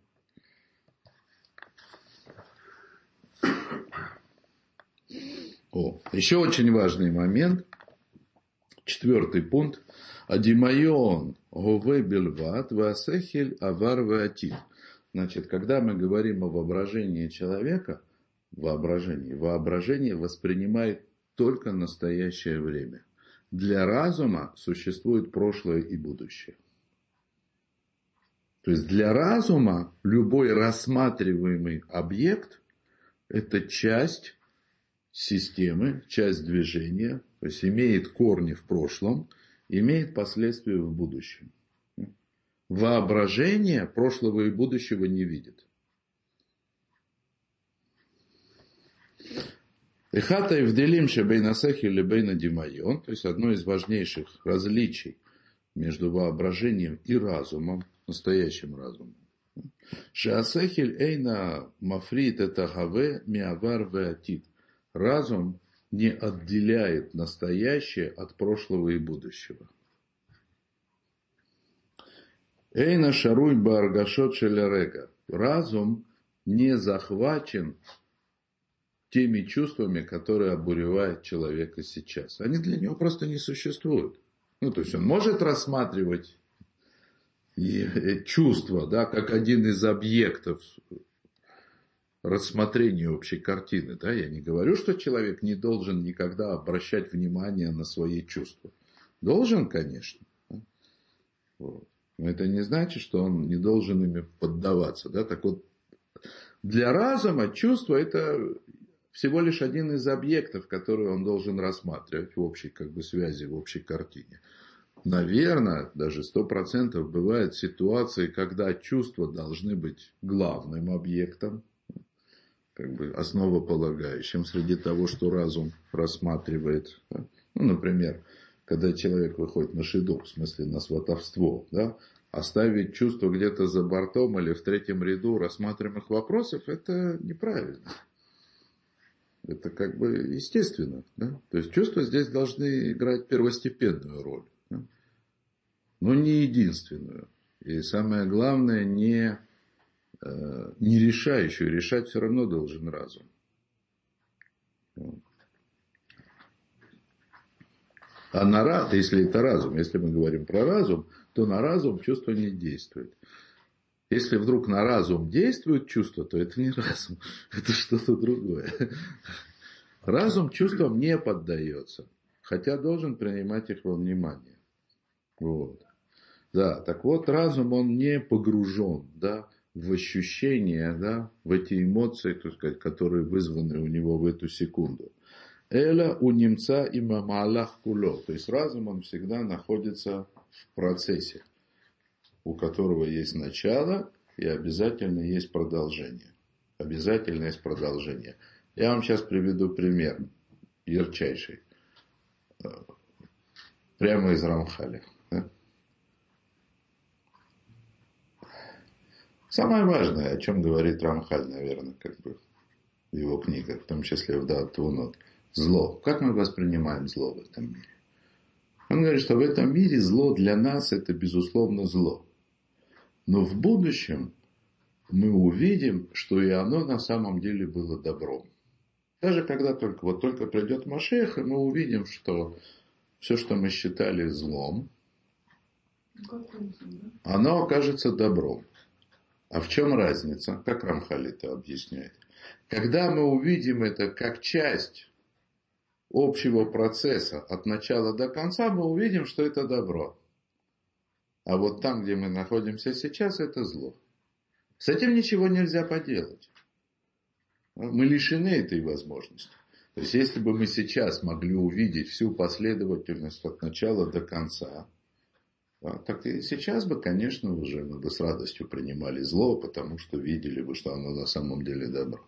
О, еще очень важный момент, четвертый пункт. Адимайон гове бельват васехель авар ваатид. Значит, когда мы говорим о воображении человека, воображение, воображение воспринимает только настоящее время. Для разума существует прошлое и будущее. То есть для разума любой рассматриваемый объект – это часть системы, часть движения, то есть имеет корни в прошлом, имеет последствия в будущем. Воображение прошлого и будущего не видит. Эхата евделим шебейна сехель лебейна димайон, то есть одно из важнейших различий между воображением и разумом, настоящим разумом. Шеасехель эйна мафрит это гаве миавар веатит. Разум не отделяет настоящее от прошлого и будущего. Эйна шаруй бааргашот шелерега. Разум не захвачен теми чувствами, которые обуревают человека сейчас. Они для него просто не существуют. Ну, то есть он может рассматривать чувства, да, как один из объектов рассмотрения общей картины. Да. Я не говорю, что человек не должен никогда обращать внимание на свои чувства. Должен, конечно. Да. Вот. Но это не значит, что он не должен ими поддаваться. Да. Так вот, для разума чувство – это всего лишь один из объектов, которые он должен рассматривать в общей как бы, связи, в общей картине. Наверное, даже сто процентов бывают ситуации, когда чувства должны быть главным объектом, как бы основополагающим среди того, что разум рассматривает. Да? Ну, например, когда человек выходит на шиду, в смысле на сватовство, да? Оставить чувства где-то за бортом или в третьем ряду рассматриваемых вопросов, это неправильно. Это как бы естественно. Да? То есть чувства здесь должны играть первостепенную роль. Да? Но не единственную. И самое главное, не, э, не решающую. Решать все равно должен разум. А на разум, если это разум, если мы говорим про разум, то на разум чувство не действует. Если вдруг на разум действует чувство, то это не разум, это что-то другое. Разум чувствам не поддается, хотя должен принимать их во внимание. Вот. Да, так вот, разум, он не погружен, да, в ощущения, да, в эти эмоции, так сказать, которые вызваны у него в эту секунду. Эля у немца и мамалах куло. То есть разум, он всегда находится в процессе, у которого есть начало и обязательно есть продолжение. Обязательно есть продолжение. Я вам сейчас приведу пример ярчайший. Прямо из Рамхаля. Да? Самое важное, о чем говорит Рамхаль, наверное, как бы в его книгах, в том числе в Даат Твунот. Зло. Как мы воспринимаем зло в этом мире? Он говорит, что в этом мире зло для нас это безусловно зло. Но в будущем мы увидим, что и оно на самом деле было добром. Даже когда только, вот только придет Машиах, и мы увидим, что все, что мы считали злом, оно окажется добром. А в чем разница? Как Рамхаль это объясняет? Когда мы увидим это как часть общего процесса от начала до конца, мы увидим, что это добро. А вот там, где мы находимся сейчас, это зло. С этим ничего нельзя поделать. Мы лишены этой возможности. То есть, если бы мы сейчас могли увидеть всю последовательность от начала до конца, да, так и сейчас бы, конечно, уже мы бы с радостью принимали зло, потому что видели бы, что оно на самом деле добро.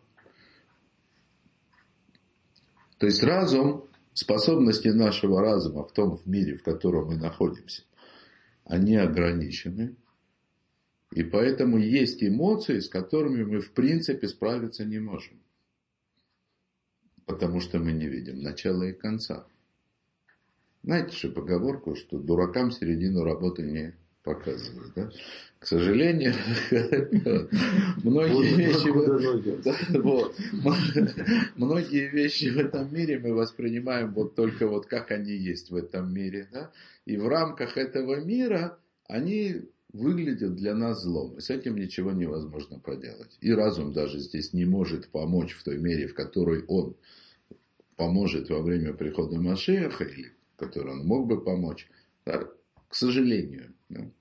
То есть разум, способности нашего разума в том мире, в котором мы находимся, они ограничены. И поэтому есть эмоции, с которыми мы в принципе справиться не можем. Потому что мы не видим начала и конца. Знаете же поговорку, что дуракам середину работы не показывают. Да? К сожалению, многие вещи, вот, многие вещи в этом мире мы воспринимаем вот только вот как они есть в этом мире. Да? И в рамках этого мира они выглядят для нас злом. И с этим ничего невозможно проделать. И разум даже здесь не может помочь в той мере, в которой он поможет во время прихода Машиаха, или в которой он мог бы помочь. Да? К сожалению. Да?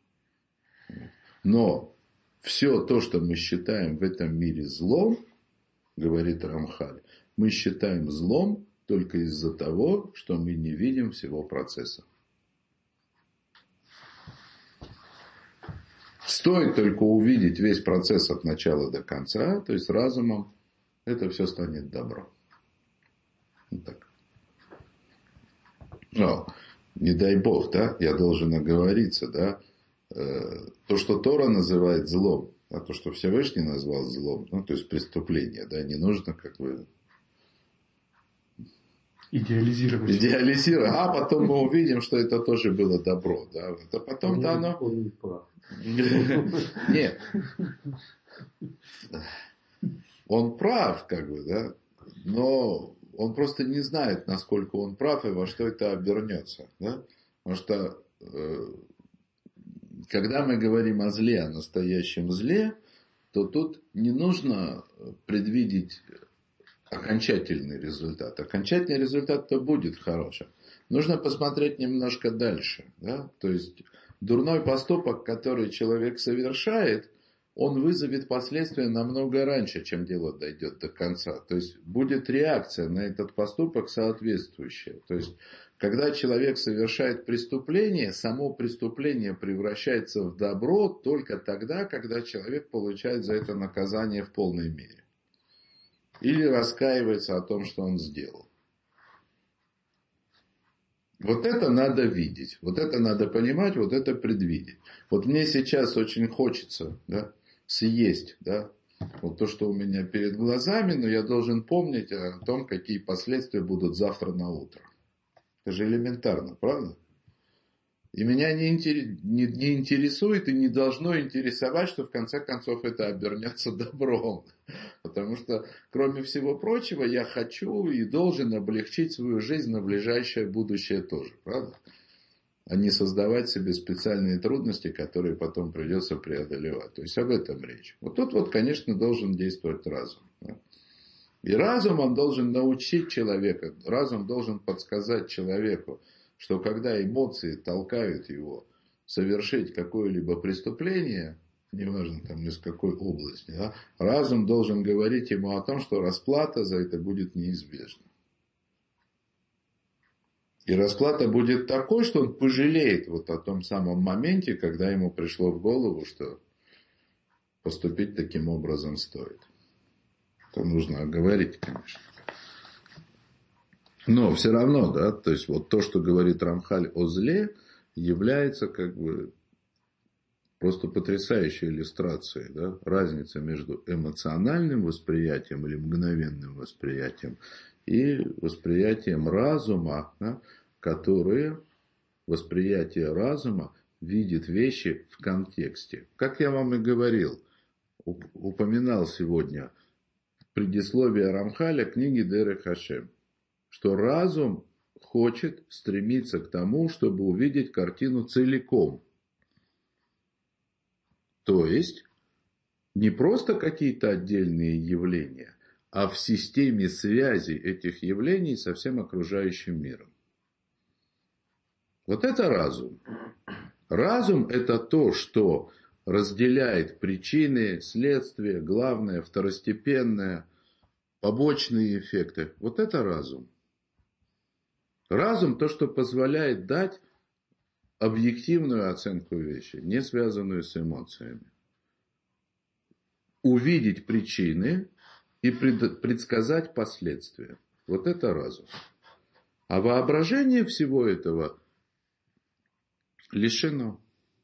Но все то, что мы считаем в этом мире злом, говорит Рамхаль, мы считаем злом только из-за того, что мы не видим всего процесса. Стоит только увидеть весь процесс от начала до конца, то есть разумом, это все станет добром. Вот так. Но, не дай Бог, да, я должен оговориться, да, э, то, что Тора называет злом, а то, что Всевышний назвал злом, ну, то есть преступление, да, не нужно как бы идеализировать. Идеализировать, а потом мы увидим, что это тоже было добро, да, это потом-то оно... Он не прав. Нет. Он прав, как бы, да, но он просто не знает, насколько он прав и во что это обернется, да, потому что э, когда мы говорим о зле, о настоящем зле, то тут не нужно предвидеть окончательный результат. Окончательный результат-то будет хорошим. Нужно посмотреть немножко дальше, да, то есть дурной поступок, который человек совершает, он вызовет последствия намного раньше, чем дело дойдет до конца. То есть будет реакция на этот поступок соответствующая. То есть когда человек совершает преступление, само преступление превращается в добро только тогда, когда человек получает за это наказание в полной мере. Или раскаивается о том, что он сделал. Вот это надо видеть, вот это надо понимать, вот это предвидеть. Вот мне сейчас очень хочется, да, съесть, да, вот то, что у меня перед глазами, но я должен помнить о том, какие последствия будут завтра на утро. Это же элементарно, правда? И меня не, интерес, не, не интересует и не должно интересовать, что в конце концов это обернется добром. Потому что, кроме всего прочего, я хочу и должен облегчить свою жизнь на ближайшее будущее тоже, правда? А не создавать себе специальные трудности, которые потом придется преодолевать. То есть об этом речь. Вот тут вот, конечно, должен действовать разум. Да? И разум, он должен научить человека, разум должен подсказать человеку, что когда эмоции толкают его совершить какое-либо преступление, неважно там из какой области, да, разум должен говорить ему о том, что расплата за это будет неизбежна. И расплата будет такой, что он пожалеет вот о том самом моменте, когда ему пришло в голову, что поступить таким образом стоит. Это нужно оговорить, конечно. Но все равно, да, то есть вот то, что говорит Рамхаль о зле, является как бы просто потрясающей иллюстрацией, да, разница между эмоциональным восприятием или мгновенным восприятием и восприятием разума, да, которое, восприятие разума видит вещи в контексте. Как я вам и говорил, упоминал сегодня предисловие Рамхаля книги Дерех Хашем, что разум хочет стремиться к тому, чтобы увидеть картину целиком. То есть, не просто какие-то отдельные явления, а в системе связи этих явлений со всем окружающим миром. Вот это разум. Разум – это то, что разделяет причины, следствия, главное, второстепенное, побочные эффекты. Вот это разум. Разум – то, что позволяет дать объективную оценку вещи, не связанную с эмоциями. Увидеть причины и предсказать последствия. Вот это разум. А воображение всего этого лишено.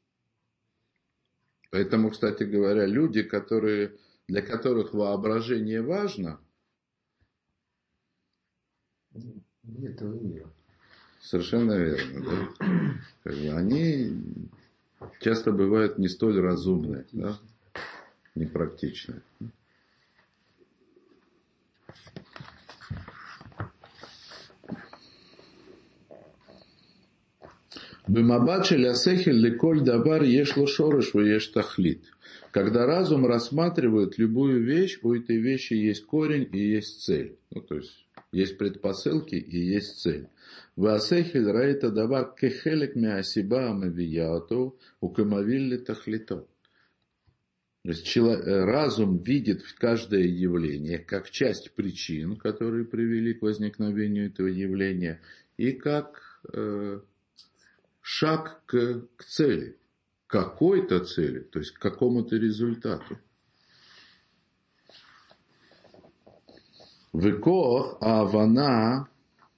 Поэтому, кстати говоря, люди, которые, для которых воображение важно, нет этого мира. Совершенно верно. Да? Как бы они часто бывают не столь разумные, да? Непрактичные. Бимабат шель асехель леколь давар еш ло шореш во еш тахлит. Когда разум рассматривает любую вещь, у этой вещи есть корень и есть цель. Ну, то есть, есть предпосылки и есть цель. Ваасехель раита давар кехелек меасиба амавияту укамавилли тахлито. То есть, разум видит каждое явление как часть причин, которые привели к возникновению этого явления, и как э, шаг к, к цели, к какой-то цели, то есть к какому-то результату. Векох авана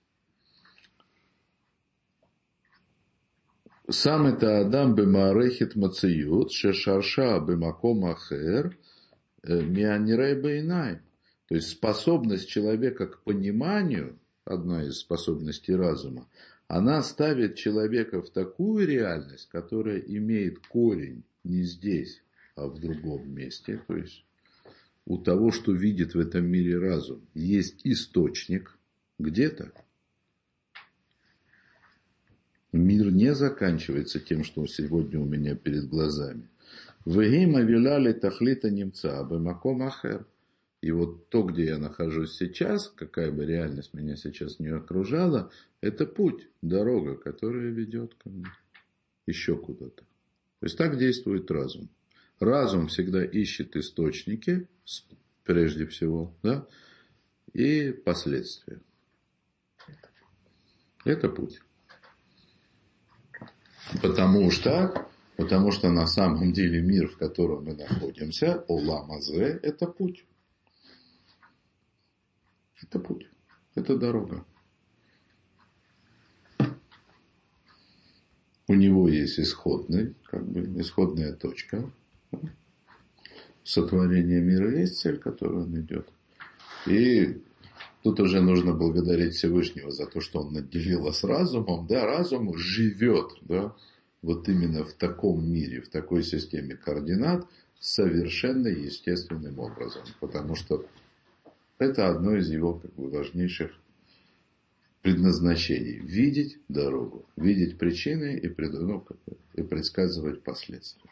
сам это Адам бемарехит мациют, шешарша бемаком ахер, мианирей бейнай. То есть способность человека к пониманию, одна из способностей разума, она ставит человека в такую реальность, которая имеет корень не здесь, а в другом месте. То есть у того, что видит в этом мире разум, есть источник где-то. Мир не заканчивается тем, что сегодня у меня перед глазами. Вегима виляли тахлита немца, бемаком ахер. И вот то, где я нахожусь сейчас, какая бы реальность меня сейчас не окружала, это путь, дорога, которая ведет ко мне еще куда-то. То есть так действует разум. Разум всегда ищет источники, прежде всего, да, и последствия. Это путь. Потому что, потому что на самом деле мир, в котором мы находимся, Олам Азе, это путь. Это путь. Это дорога. У него есть исходный, как бы, исходная точка. Сотворение мира есть цель, которую он идет. И тут уже нужно благодарить Всевышнего за то, что он наделил нас разумом. Да, разум живет, да, вот именно в таком мире, в такой системе координат совершенно естественным образом. Потому что это одно из его, как бы, важнейших предназначений. Видеть дорогу, видеть причины и, пред, ну, как бы, и предсказывать последствия.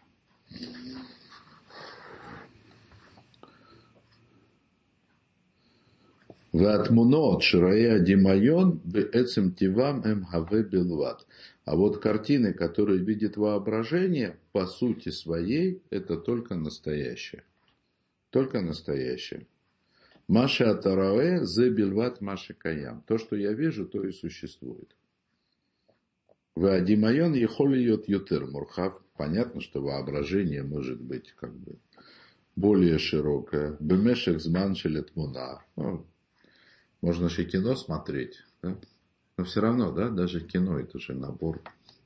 Ватмунот ширая димайон беэцем тивам эм хаве белват. А вот картины, которые видит воображение, по сути своей, это только настоящее. Только настоящее. Маша атараве зе бельват маша каям. То, что я вижу, то и существует. Вадимайон ехолиот ютер мурхав. Понятно, что воображение может быть как бы более широкое. Бемешек зман шелетмуна. Можно же и кино смотреть, да? Но все равно, да, даже кино это же набор.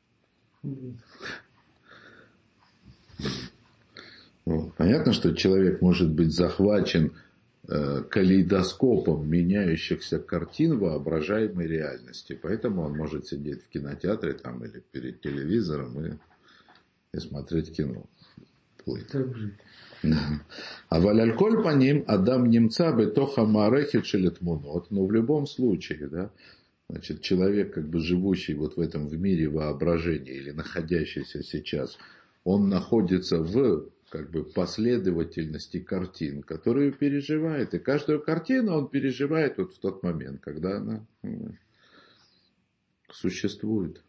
Ну, понятно, что человек может быть захвачен э, калейдоскопом меняющихся картин воображаемой реальности. Поэтому он может сидеть в кинотеатре там, или перед телевизором и и смотреть кино. Плыть. Так жить. А валяльколь по ним Адам немца бы тоха марехи челетмунот. Но в любом случае, да, значит, человек, как бы живущий вот в этом в мире воображения или находящийся сейчас, он находится в как бы последовательности картин, которые переживает. И каждую картину он переживает вот в тот момент, когда она ну, существует.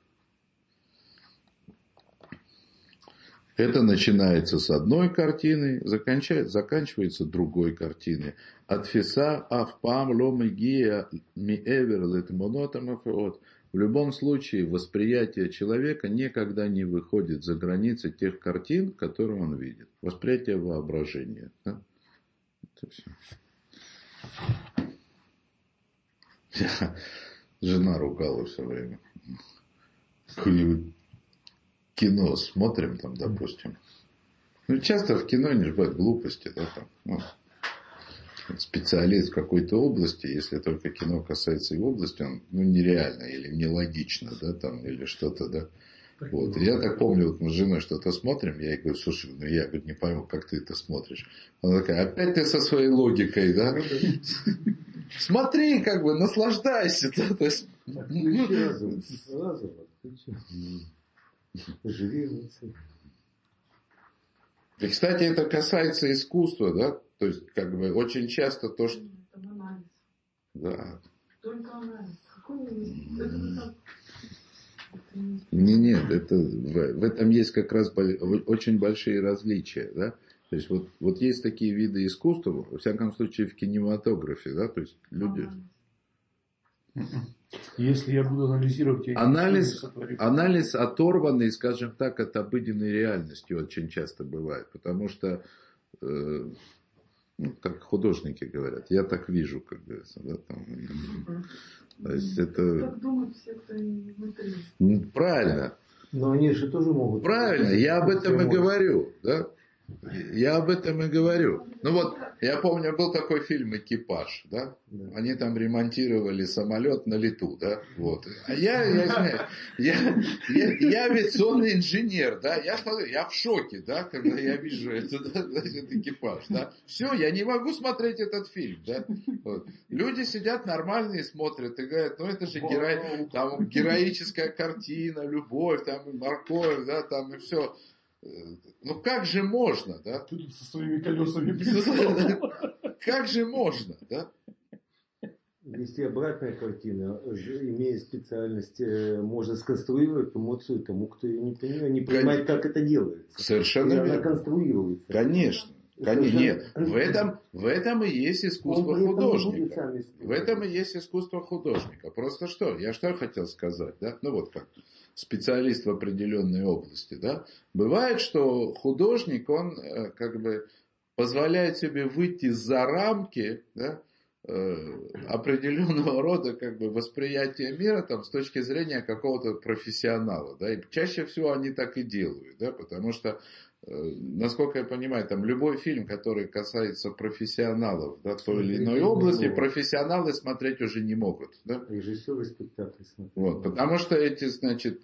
Это начинается с одной картины, заканчивается другой картиной. Атфиса афпам ломигия миэвер летмонотамафеот. В любом случае восприятие человека никогда не выходит за границы тех картин, которые он видит. Восприятие воображения. Да? Это все. Жена ругала все время. Какое-нибудь кино смотрим там, допустим. Ну, часто в кино не бывают глупости, да, там, ну, специалист в какой-то области, если только кино касается его области, он ну, нереально или нелогично, да, там, или что-то, да. Вот. И я так помню, вот мы с женой что-то смотрим, я ей говорю, слушай, ну я говорю, не пойму, как ты это смотришь. Она такая, опять ты со своей логикой, да? Смотри, как бы, наслаждайся, да, то есть... Разум, разум, живи в лице. И, кстати, это касается искусства, да? То есть, как бы, очень часто то, что... Это анализ. Да. Только анализ. Какой это Не, нет, это, в, в этом есть как раз очень большие различия, да? То есть, вот, вот есть такие виды искусства, во всяком случае, в кинематографе, да? То есть, люди... Если я буду анализировать, я анализ, анализ оторванный, скажем так, от обыденной реальности очень часто бывает. Потому что, э, ну, как художники говорят, я так вижу, как говорится. Да, там, то есть это... Так думают все, кто внутри. Правильно. Но они же тоже могут... Правильно, я об этом и говорю. Да? Я об этом и говорю. Ну вот, я помню, был такой фильм «Экипаж», да? Да. Они там ремонтировали самолет на лету, да? Вот. А я, я, я, я, я авиационный инженер, да? Я смотрю, я в шоке, да, когда я вижу это, да, этот экипаж, да? Все, я не могу смотреть этот фильм, да? Вот. Люди сидят нормальные, смотрят и говорят, ну это же геро... там, героическая картина, любовь, там и морковь, да, там и все. Ну как же можно, да? Ты тут со своими колесами. Как же можно, да? Есть и обратная картина. Имея специальность, можно сконструировать эмоцию тому, кто ее не понимает, не понимает, как это делается. Совершенно верно. Она конструируется. Конечно. Конечно. Нет, в этом, в этом и есть искусство художника. В этом и есть искусство художника. Просто что? Я что хотел сказать, да? Ну вот как специалист в определенной области, да? Бывает, что художник, он как бы позволяет себе выйти за рамки, да, определенного рода как бы восприятия мира там, с точки зрения какого-то профессионала. Да? И чаще всего они так и делают, да? Потому что, насколько я понимаю, там любой фильм, который касается профессионалов, да, той или иной области, профессионалы смотреть уже не могут. Да? Режиссеры спектакли смотрят. Вот, потому что эти, значит,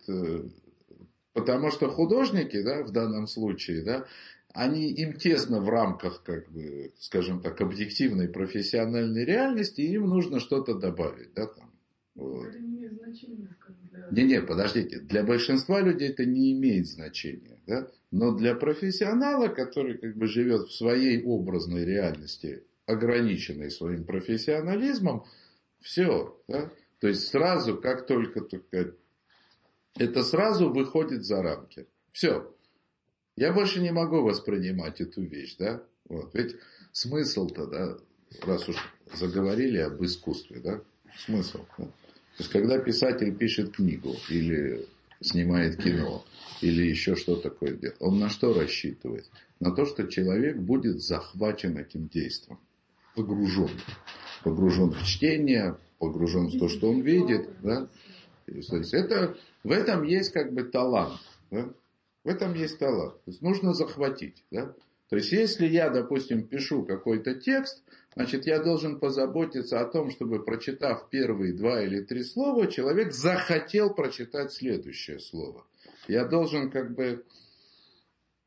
потому что художники, да, в данном случае, да, они, им тесно в рамках, как бы, скажем так, объективной профессиональной реальности, и им нужно что-то добавить. Да, там, вот. Это не имеет значения. Для... Не, не, подождите. Для большинства людей это не имеет значения. Да? Но для профессионала, который как бы живет в своей образной реальности, ограниченной своим профессионализмом, все. Да? То есть сразу, как только, только это сразу выходит за рамки. Все. Я больше не могу воспринимать эту вещь, да? Вот. Ведь смысл-то, да, раз уж заговорили об искусстве, да, смысл, да? То есть, когда писатель пишет книгу, или снимает кино, или еще что такое делает, он на что рассчитывает? На то, что человек будет захвачен этим действием, погружен. Погружен в чтение, погружен в то, что он видит, да? То есть, это, в этом есть как бы талант, да? В этом есть талант. То есть нужно захватить. Да? То есть если я, допустим, пишу какой-то текст, значит я должен позаботиться о том, чтобы, прочитав первые два или три слова, человек захотел прочитать следующее слово. Я должен как бы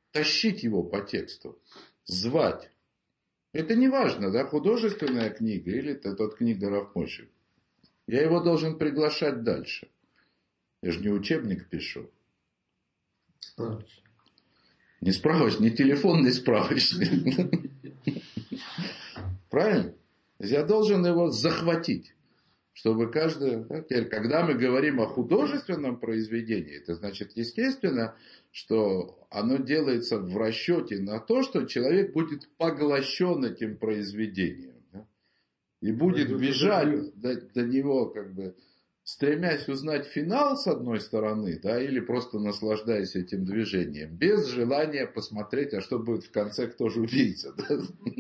тащить его по тексту, звать. Это не важно, да, художественная книга или это тот книга Рав Мойши. Я его должен приглашать дальше. Я же не учебник пишу. Справочник. Не справочник, не телефонный справочник. Правильно? Я должен его захватить. Чтобы каждый... Да, теперь, когда мы говорим о художественном произведении, это значит, естественно, что оно делается в расчете на то, что человек будет поглощен этим произведением. Да, и будет бежать до, до него, как бы, стремясь узнать финал с одной стороны, да, или просто наслаждаясь этим движением, без желания посмотреть, а что будет в конце, кто же убийца. Да?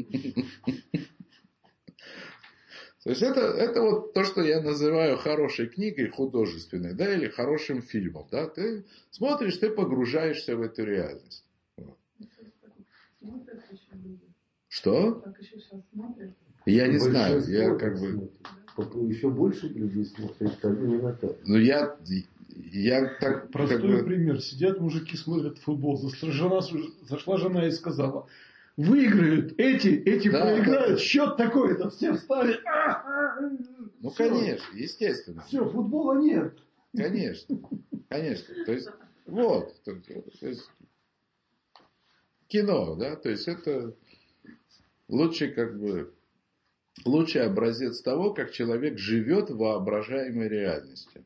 То есть это, это вот то, что я называю хорошей книгой художественной, да, или хорошим фильмом. Да? Ты смотришь, ты погружаешься в эту реальность. Вот. Что? Так еще сейчас смотрят. Я не знаю, я как бы... Еще больше людей смотрят, именно так. Ну я, я так... Простой как бы... пример. Сидят мужики, смотрят футбол. Жена, зашла жена и сказала: выиграют эти, эти да, проиграют, да, счет такой-то, все встали. Ну, все. Конечно, естественно. Все, футбола нет. Конечно, конечно. То есть, вот, то, то есть, кино, да, то есть это лучший, как бы, лучший образец того, как человек живет в воображаемой реальности.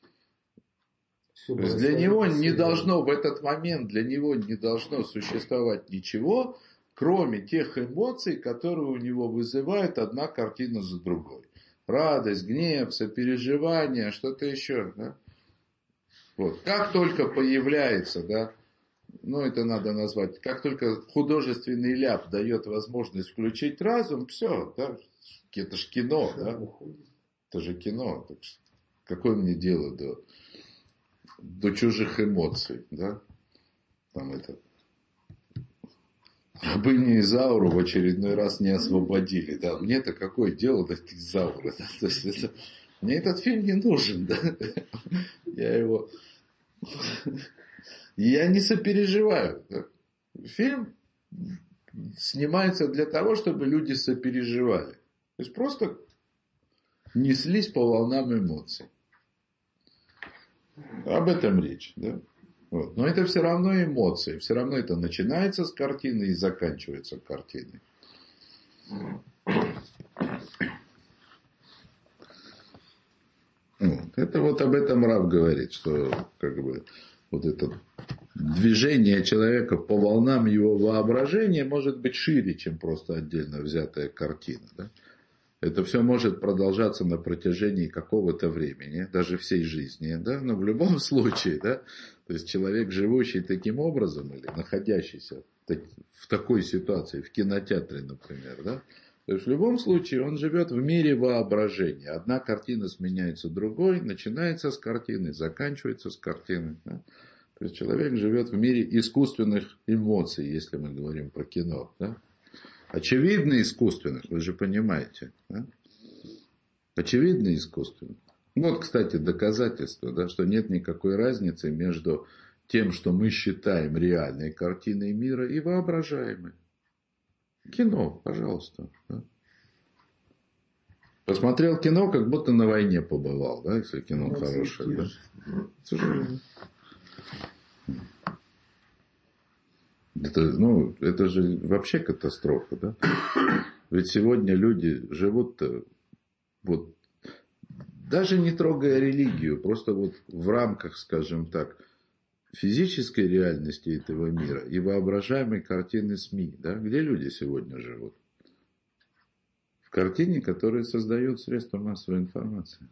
То есть для него не должно в этот момент, для него не должно существовать ничего, кроме тех эмоций, которые у него вызывают одна картина за другой. Радость, гнев, сопереживание, что-то еще. Да? Вот. Как только появляется, да, ну это надо назвать, как только художественный ляп дает возможность включить разум, все, да, это же кино, да? Это же кино. Так что какое мне дело до, до чужих эмоций, да? Там это... Рабыню Изауру в очередной раз не освободили. Да? Мне-то какое дело до Изауры? Да? То есть это... Мне этот фильм не нужен. Да? Я его... Я не сопереживаю. Да? Фильм снимается для того, чтобы люди сопереживали. То есть просто неслись по волнам эмоций. Об этом речь. Да? Вот. Но это все равно эмоции, все равно это начинается с картины и заканчивается картиной. Вот. Это вот об этом Рав говорит, что как бы вот это движение человека по волнам его воображения может быть шире, чем просто отдельно взятая картина. Да? Это все может продолжаться на протяжении какого-то времени, даже всей жизни, да, но в любом случае, да, то есть человек, живущий таким образом или находящийся в такой ситуации, в кинотеатре, например, да, то есть в любом случае он живет в мире воображения. Одна картина сменяется другой, начинается с картины, заканчивается с картины. Да? То есть человек живет в мире искусственных эмоций, если мы говорим про кино, да. Очевидно искусственных, вы же понимаете. Да? Очевидно искусственных. Вот, кстати, доказательство, да, что нет никакой разницы между тем, что мы считаем реальной картиной мира, и воображаемой. Кино, пожалуйста. Да? Посмотрел кино, как будто на войне побывал, да, если кино ну, хорошее. Да? Слушай, Это, ну, это же вообще катастрофа, да? Ведь сегодня люди живут-то вот, даже не трогая религию, просто вот в рамках, скажем так, физической реальности этого мира и воображаемой картины СМИ, да? Где люди сегодня живут? В картине, которую создают средства массовой информации.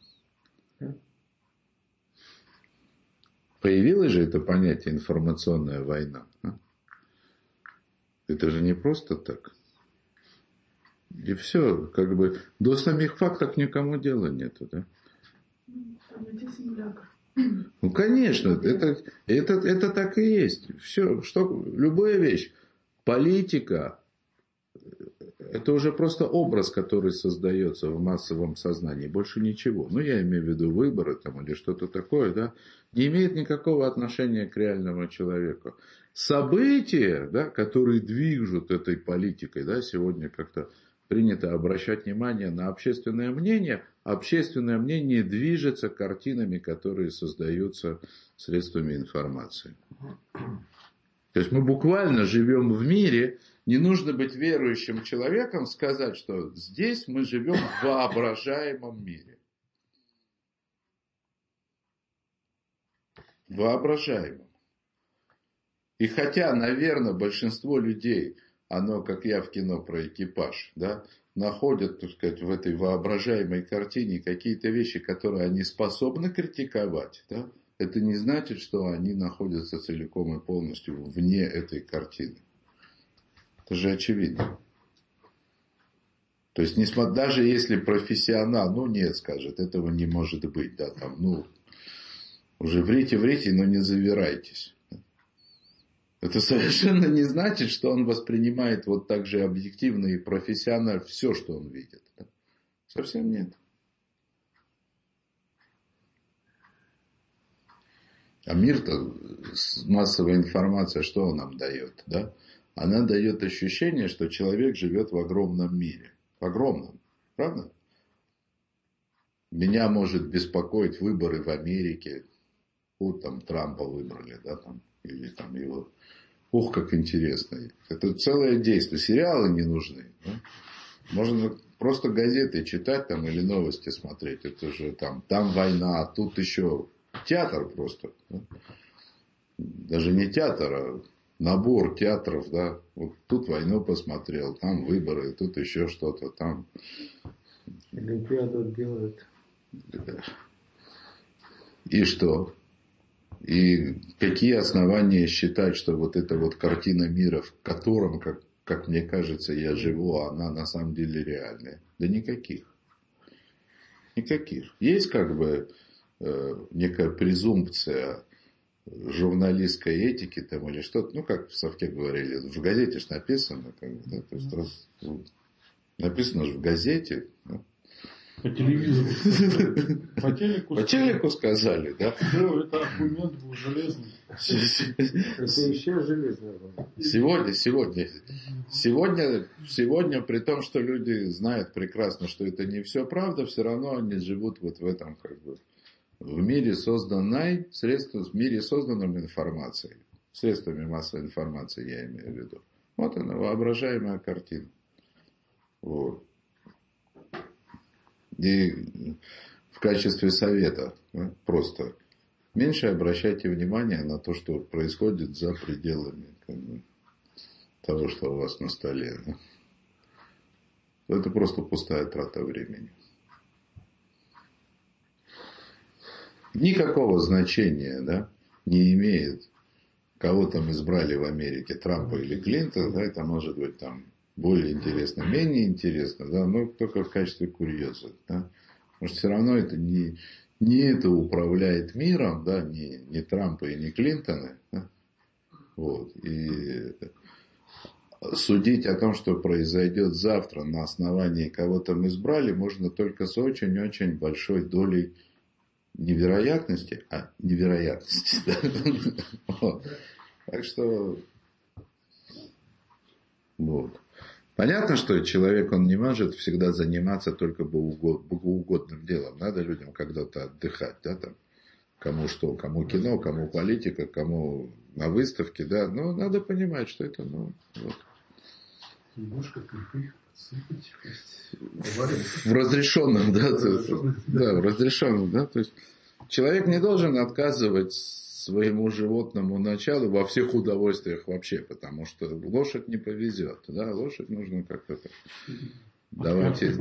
Появилось же это понятие информационная война, да? Это же не просто так. И все, как бы, до самих фактов никому дела нету, да? Ну, конечно, это, это, это так и есть. Все, что, любая вещь. Политика, это уже просто образ, который создается в массовом сознании, больше ничего. Ну, я имею в виду выборы там, или что-то такое, да, не имеет никакого отношения к реальному человеку. события, да, которые движут этой политикой, да, сегодня как-то принято обращать внимание на общественное мнение. Общественное мнение движется картинами, которые создаются средствами информации. То есть мы буквально живем в мире, не нужно быть верующим человеком, сказать, что здесь мы живем в воображаемом мире. Воображаемом. И хотя, наверное, большинство людей, оно, как я в кино про экипаж, да, находят, так сказать, в этой воображаемой картине какие-то вещи, которые они способны критиковать, да, это не значит, что они находятся целиком и полностью вне этой картины. Это же очевидно. То есть, несмотря, даже если профессионал, ну нет, скажет, этого не может быть, да, там, ну, уже врите, врите, но не завирайтесь. Это совершенно не значит, что он воспринимает вот так же объективно и профессионально все, что он видит. Да? Совсем нет. А мир-то, массовая информация, что он нам дает? Да? Она дает ощущение, что человек живет в огромном мире. В огромном. Правда? Меня может беспокоить выборы в Америке. Вот там Трампа выбрали, да, там, или там его... Ух, как интересно. Это целое действие. Сериалы не нужны. Да? Можно просто газеты читать там или новости смотреть. Это же там, там война, а тут еще театр просто. Да? Даже не театр, а набор театров. Да? Вот тут войну посмотрел, там выборы, тут еще что-то. Там... Олимпиаду делают. И что? И какие основания считать, что вот эта вот картина мира, в котором, как, как мне кажется, я живу, она на самом деле реальная? Да никаких. Никаких. Есть как бы э, некая презумпция журналистской этики там или что-то, ну как в совке говорили, в газете же написано, как бы, да, то есть раз, написано же в газете. Да. По телевизору. По телеку, По телеку сказали, да? Ну, это аргумент был железный. Это еще железный аргумент. Сегодня, сегодня, сегодня, сегодня, при том, что люди знают прекрасно, что это не все правда, все равно они живут вот в этом, как бы, в мире созданной, средством, в мире созданном информацией. Средствами массовой информации, я имею в виду. Вот она, воображаемая картина. Вот. И в качестве совета, да, просто меньше обращайте внимание на то, что происходит за пределами, как бы, того, что у вас на столе. Да. Это просто пустая трата времени. Никакого значения, да, не имеет, кого там избрали в Америке, Трампа или Клинтона, да, это может быть там более интересно, менее интересно, да, но только в качестве курьеза, да. Потому что все равно это не, не это управляет миром, да, не, не Трампа и не Клинтона, да. Вот. И судить о том, что произойдет завтра на основании кого там избрали, можно только с очень-очень большой долей невероятности, а невероятности, да. Вот. Так что вот. Понятно, что человек, он не может всегда заниматься только богоугодным делом. Надо людям когда-то отдыхать, да, там, кому что, кому кино, кому политика, кому на выставке, да. Но надо понимать, что это, ну, вот. Немножко крепых подсыпать. В разрешенном, да, да, в разрешенном, да, то есть человек не должен отказывать своему животному началу во всех удовольствиях вообще, потому что лошадь не повезет, да, лошадь нужно как-то давайте,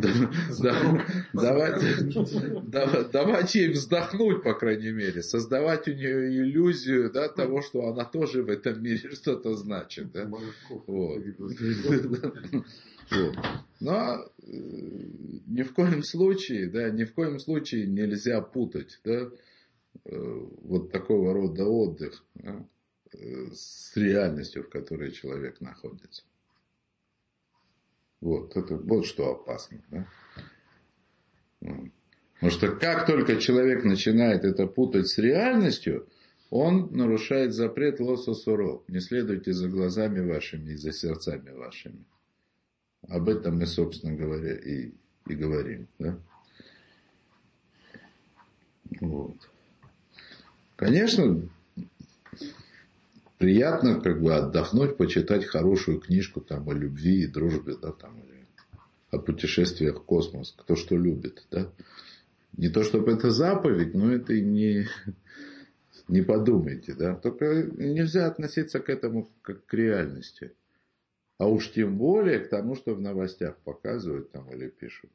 давайте, давайте ей вздохнуть, по крайней мере, создавать у нее иллюзию, да, того, что она тоже в этом мире что-то значит, да, вот. Вот. Но ни в коем случае, да, ни в коем случае нельзя путать, да, вот такого рода отдых, да, с реальностью, в которой человек находится. Вот, это вот что опасно. Да? Потому что как только человек начинает это путать с реальностью, он нарушает запрет лоса суров. Не следуйте за глазами вашими и за сердцами вашими. Об этом мы, собственно говоря, и, и говорим. Да? Вот. Конечно, приятно как бы отдохнуть, почитать хорошую книжку там, о любви и дружбе, да, там, или о путешествиях в космос. Кто что любит. Да? Не то, чтобы это заповедь, но это и не, не подумайте. Да? Только нельзя относиться к этому как к реальности. А уж тем более к тому, что в новостях показывают там, или пишут.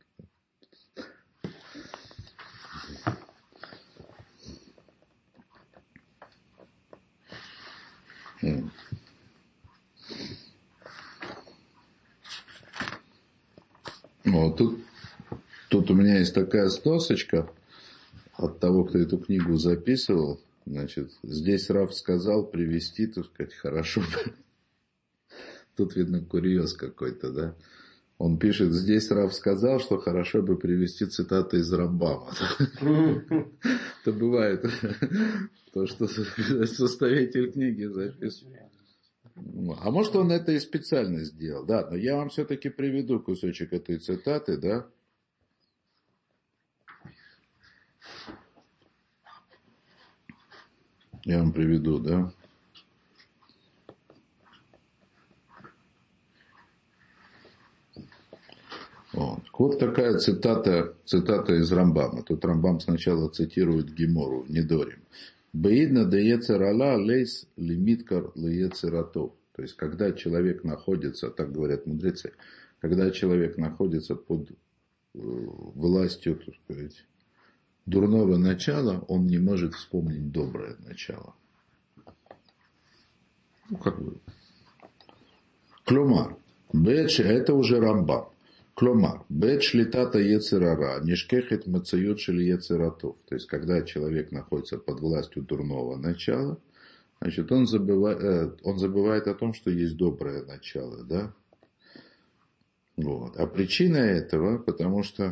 Вот, тут, тут у меня есть такая сносочка от того, кто эту книгу записывал. Значит, здесь Рав сказал привести, так сказать, хорошо. Тут видно курьез какой-то, да. Он пишет, здесь Рав сказал, что хорошо бы привести цитаты из Рамбама. Это бывает, то, что составитель книги записывает. А может, он это и специально сделал, да. Но я вам все-таки приведу кусочек этой цитаты, да. Я вам приведу, да. Вот. Вот такая цитата, цитата из Рамбама. Тут Рамбам сначала цитирует Гемору, Недорим. Беидна де ецерала лейс лимиткар леецератов. То есть, когда человек находится, так говорят мудрецы, когда человек находится под властью, так сказать, дурного начала, он не может вспомнить доброе начало. Ну, как бы. Клумар. Бэч, это уже Рамбам. Клумар. Бэч летата ецерара. Нишкехет мацают шели ецератов. То есть, когда человек находится под властью дурного начала, значит, он забывает, он забывает о том, что есть доброе начало, да? Вот. А причина этого, потому что...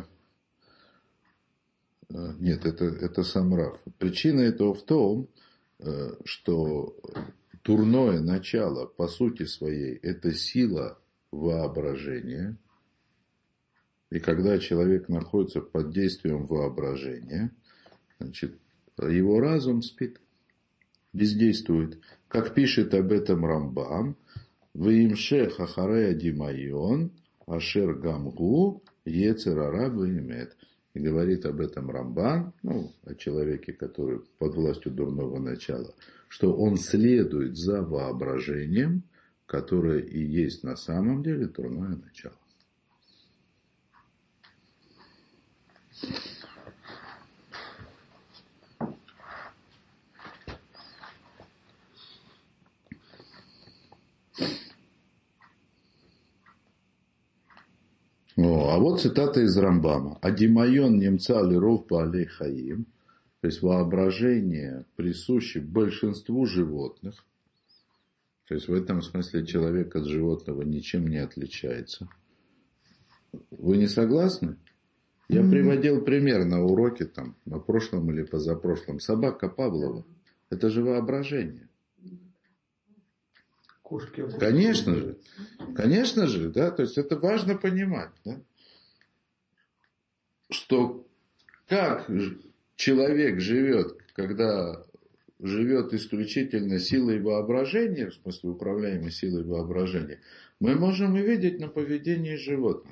Нет, это, это сам Рав. Причина этого в том, что дурное начало, по сути своей, это сила воображения. И когда человек находится под действием воображения, значит, его разум спит, бездействует. Как пишет об этом Рамбам, «Ваимше хахарея димайон, ашер гамгу, ецерара ваимет». И говорит об этом Рамбам, ну, о человеке, который под властью дурного начала, что он следует за воображением, которое и есть на самом деле дурное начало. О, а вот цитата из Рамбама. «Адимайон немца лиров баалей хаим», то есть воображение присуще большинству животных, то есть в этом смысле человек от животного ничем не отличается. Вы не согласны? Я mm-hmm. приводил пример на уроке, там, на прошлом или позапрошлом. Собака Павлова. Это же воображение. Кошки. Конечно же. Конечно же, да. То есть это важно понимать, да, что как человек живет, когда живет исключительно силой воображения, в смысле управляемой силой воображения, мы можем увидеть на поведении животных.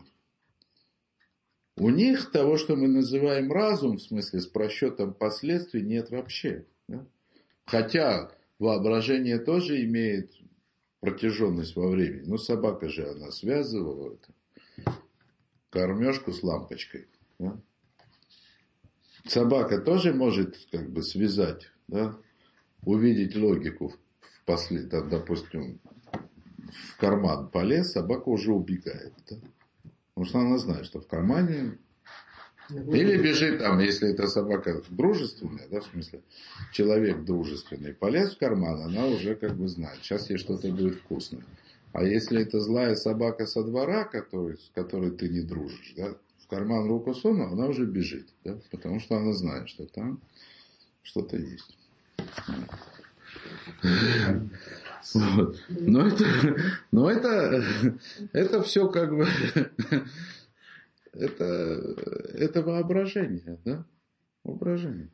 У них того, что мы называем разум, в смысле с просчетом последствий, нет вообще. Да? Хотя воображение тоже имеет протяженность во времени. Но собака же, она связывала это, кормежку с лампочкой. Да? Собака тоже может как бы связать, да? Увидеть логику в послед... там, допустим, в карман полез, собака уже убегает. Да? Потому что она знает, что в кармане... Или бежит там, если эта собака дружественная, да, в смысле, человек дружественный, полез в карман, она уже как бы знает, сейчас ей что-то будет вкусное. А если это злая собака со двора, который, с которой ты не дружишь, да, в карман руку сунул, она уже бежит, да, потому что она знает, что там что-то есть. Вот. Но это, но это, это все как бы, это, это воображение, да? Воображение.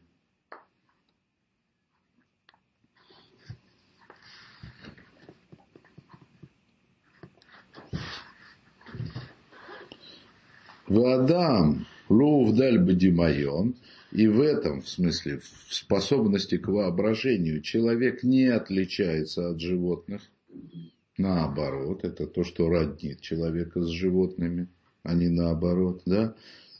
Вадам лувдаль бадимайон, и в этом, в смысле, в способности к воображению, человек не отличается от животных. Наоборот, это то, что роднит человека с животными, а не наоборот, да.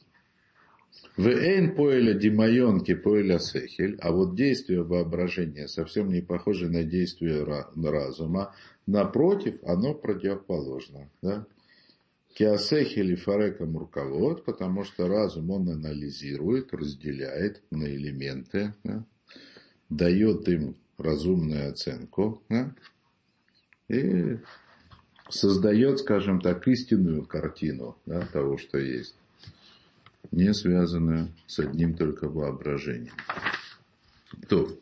Вэйн поэля димайонки поэля сехель, а вот действие воображения совсем не похоже на действие разума. Напротив, оно противоположно, да. Киасехели фарекам руковод, потому что разум он анализирует, разделяет на элементы, да, дает им разумную оценку, да, и создает, скажем так, истинную картину, да, того, что есть, не связанную с одним только воображением. То.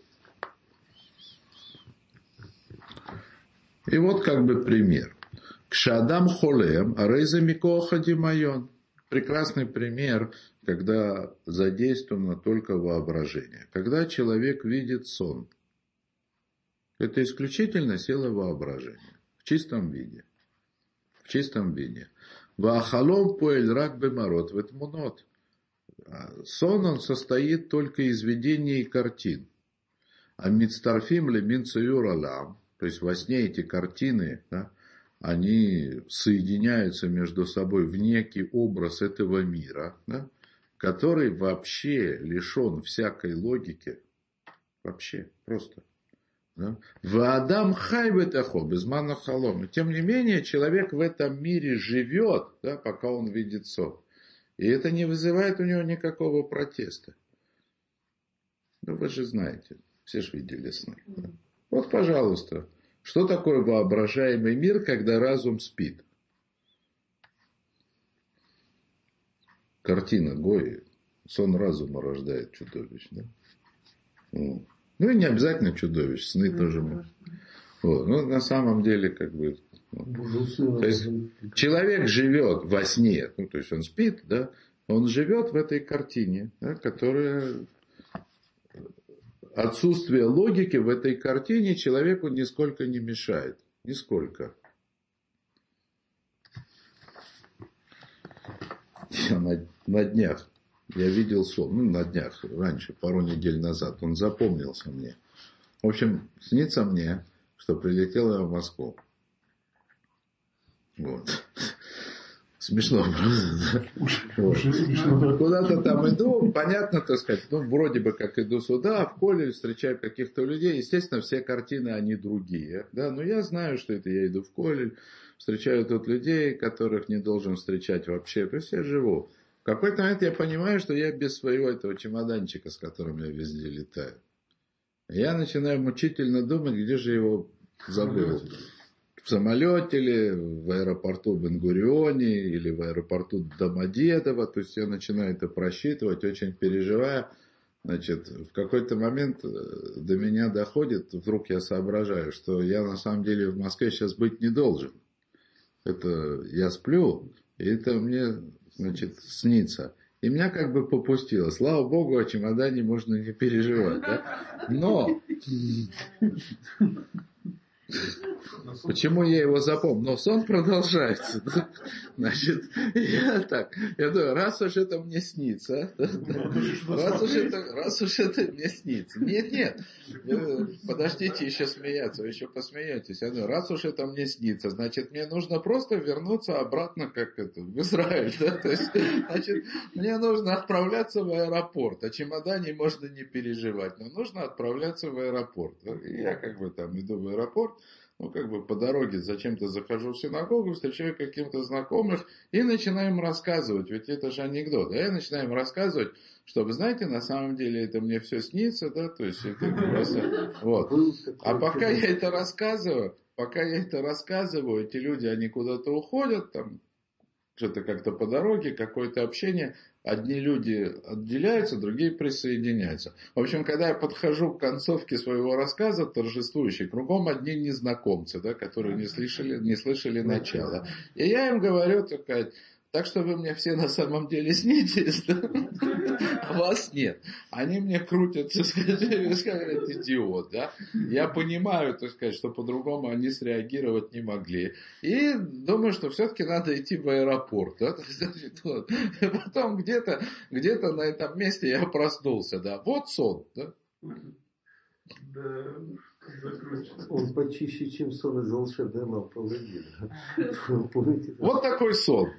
И вот как бы пример. Кшадам холем, арейза микоха димайон. Прекрасный пример, когда задействовано только воображение. Когда человек видит сон. Это исключительно сила воображения. В чистом виде. В чистом виде. Ваахалом поэль рак бемарот ветмунот. Сон он состоит только из видений и картин. А мицтарфим ле минцеюр алам. То есть во сне эти картины, да, они соединяются между собой в некий образ этого мира, да, который вообще лишен всякой логики. Вообще, просто. В Адам хайбетахо, безмана халом. Тем не менее, человек в этом мире живет, да, пока он видит сон. И это не вызывает у него никакого протеста. Ну, вы же знаете, все же видели сны. Да? Вот, пожалуйста. Что такое воображаемый мир, когда разум спит? Картина Гои. Сон разума рождает чудовищ. Да? Ну и не обязательно чудовищ. Сны тоже. Вот. Ну, на самом деле, как бы. Ну, то есть, человек живет во сне. Ну, то есть, он спит, да? Он живет в этой картине, да, которая... Отсутствие логики в этой картине человеку нисколько не мешает. Нисколько. Я на, на днях, я видел сон, ну на днях, раньше, пару недель назад, он запомнился мне. В общем, снится мне, что прилетела в Москву. Вот. Смешно, правда? Вот. Куда-то там иду, понятно, так сказать, ну, вроде бы как иду сюда, в колледж, встречаю каких-то людей, естественно, все картины, они другие, да, но я знаю, что это я иду в колледж, встречаю тут людей, которых не должен встречать вообще, то есть я живу. В какой-то момент я понимаю, что я без своего этого чемоданчика, с которым я везде летаю. Я начинаю мучительно думать, где же его забыл. В самолете или в аэропорту Бен-Гурионе, или в аэропорту Домодедово. То есть я начинаю это просчитывать, очень переживая. Значит, в какой-то момент до меня доходит, вдруг я соображаю, что я на самом деле в Москве сейчас быть не должен. Это я сплю, и это мне, значит, снится. И меня как бы попустило. Слава Богу, о чемодане можно не переживать. Да? Но... Почему я его запомнил? Но сон продолжается. Да? Значит, я так, я думаю, раз уж это мне снится, да, раз, уж это, раз уж это мне снится. Нет, нет, подождите еще смеяться, вы еще посмеетесь. Я думаю, раз уж это мне снится, значит, мне нужно просто вернуться обратно, как это, в Израиль. Да? То есть, значит, мне нужно отправляться в аэропорт. О чемодане можно не переживать, но нужно отправляться в аэропорт. И я как бы там иду в аэропорт. Ну, как бы по дороге зачем-то захожу в синагогу, встречаю каких-то знакомых и начинаю им рассказывать. Ведь это же анекдот. Да? Я начинаю им рассказывать, что, вы знаете, на самом деле это мне все снится, да, то есть это просто... Вот. А пока я это рассказываю, пока я это рассказываю, эти люди, они куда-то уходят, там, что-то как-то по дороге, какое-то общение, одни люди отделяются, другие присоединяются. В общем, когда я подхожу к концовке своего рассказа торжествующий, кругом одни незнакомцы, да, которые не слышали, не слышали начала. И я им говорю, такая, так что вы мне все на самом деле снитесь, да? А вас нет. Они мне крутят, так сказать, говорят, идиот, да? Я понимаю, так сказать, что по-другому они среагировать не могли. И думаю, что все-таки надо идти в аэропорт, да? Значит, вот. И потом где-то, где-то на этом месте я проснулся, да? Вот сон, да? Да, Он почище, чем сон из волшебной лампы Аладдина. Вот такой сон.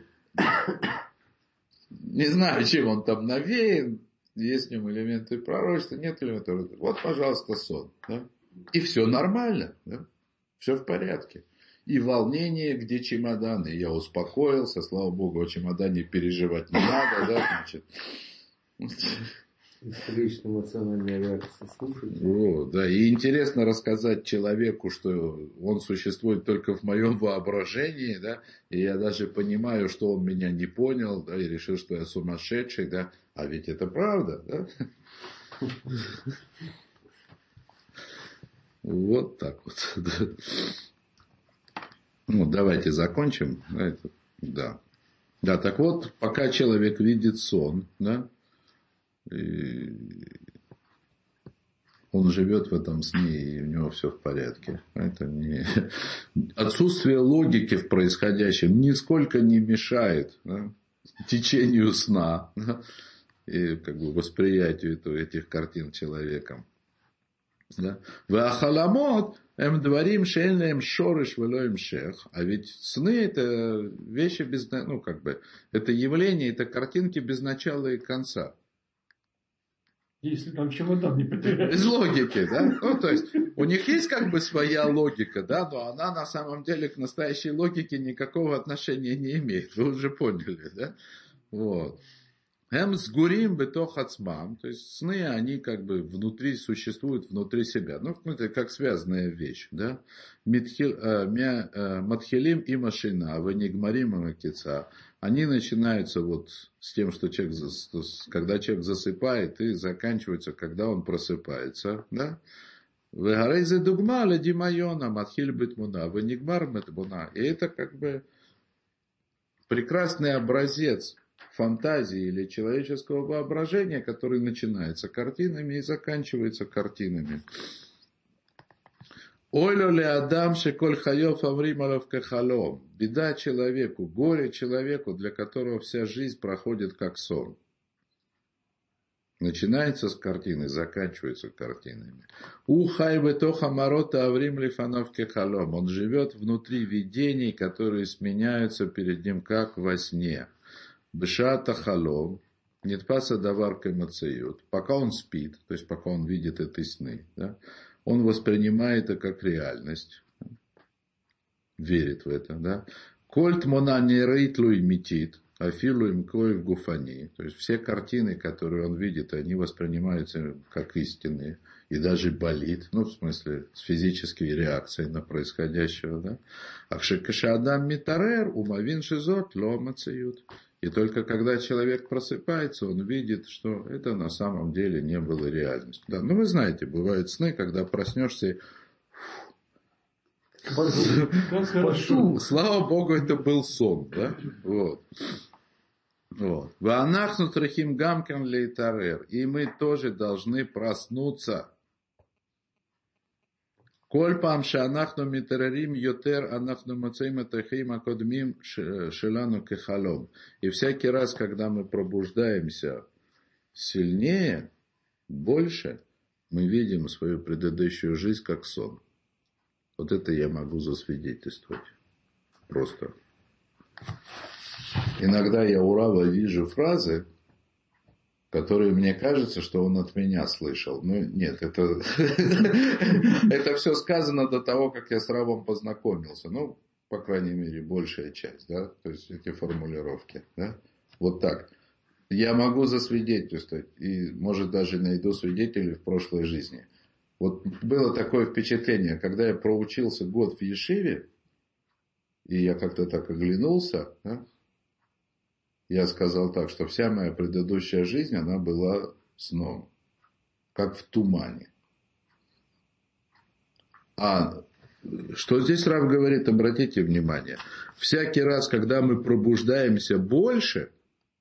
Не знаю, чем он там навеян, есть в нем элементы пророчества, нет элементов. Вот, пожалуйста, сон. Да? И все нормально, да? Все в порядке. И волнение, где чемоданы. Я успокоился, слава богу, о чемодане переживать не надо, да, значит. Встречная эмоциональная реакция слушателя. Вот, да, и интересно рассказать человеку, что он существует только в моем воображении, да, и я даже понимаю, что он меня не понял, да, и решил, что я сумасшедший, да, а ведь это правда, да. Вот так вот. Ну, давайте закончим. Да. Да, так вот, пока человек видит сон, да, и он живет в этом сне, и у него все в порядке. Это не... Отсутствие логики в происходящем нисколько не мешает, да, течению сна, да, и как бы восприятию этих картин человеком. Ваахаламот эм дворим шейнлеем шориш велоим шех. А ведь сны это вещи без, ну как бы, это явление, это картинки без начала и конца. Если там чемодан не потеряешь. Без логики, да? Ну, то есть, у них есть как бы своя логика, да, но она на самом деле к настоящей логике никакого отношения не имеет. Вы уже поняли, да? Вот. Эм сгурим бетох ацмам, то есть сны, они как бы внутри существуют, внутри себя. Ну, это как связанная вещь, да. Матхилим и машина, венигмарим и кица. Они начинаются вот с тем, что человек, когда человек засыпает, и заканчиваются, когда он просыпается, да. Вегарейзе дугма ледимайона, матхиль бетмуна, венигмар бетмуна. И это как бы прекрасный образец фантазии или человеческого воображения, который начинается картинами и заканчивается картинами. Ойло ле адам шеколь хайов аврим алав кахалом. Беда человеку, горе человеку, для которого вся жизнь проходит как сон. Начинается с картины, заканчивается картинами. У хайбе тоха марота аврим лифанов кахалом. Он живет внутри видений, которые сменяются перед ним как во сне. Бешата халом, нетпаса даварка мацеют. Пока он спит, то есть пока он видит эти сны, да, он воспринимает это как реальность, верит в это, да. Кольт мона не рейтлуй метит, афилу им коев гуфани. То есть все картины, которые он видит, они воспринимаются как истинные. И даже болит, ну, в смысле, с физической реакцией на происходящее, да. Акшекашадам митарер, умавин шизот, ломацеют. И только когда человек просыпается, он видит, что это на самом деле не было реальностью. Да, ну, вы знаете, бывают сны, когда проснешься и... Фу, слава Богу, это был сон, да? Вот. Вот. Ваанахну трахим гамкан лейтарер. И мы тоже должны проснуться. Коль пам шанахну митарарим йотер анахну мацаим атахим акодмим шелану кехалом. И всякий раз, когда мы пробуждаемся сильнее, больше, мы видим свою предыдущую жизнь как сон. Вот это я могу засвидетельствовать. Просто. Иногда я у Рава вижу фразы, которые мне кажется, что он от меня слышал. Ну, нет, это, это все сказано до того, как я с Равом познакомился. Ну, по крайней мере, большая часть, да, то есть эти формулировки, да, вот так. Я могу засвидетельствовать, и, может, даже найду свидетелей в прошлой жизни. Вот было такое впечатление, когда я проучился год в Ешиве, и я как-то так оглянулся, да, я сказал так, что вся моя предыдущая жизнь, она была сном, как в тумане. А что здесь Рав говорит, обратите внимание, всякий раз, когда мы пробуждаемся больше,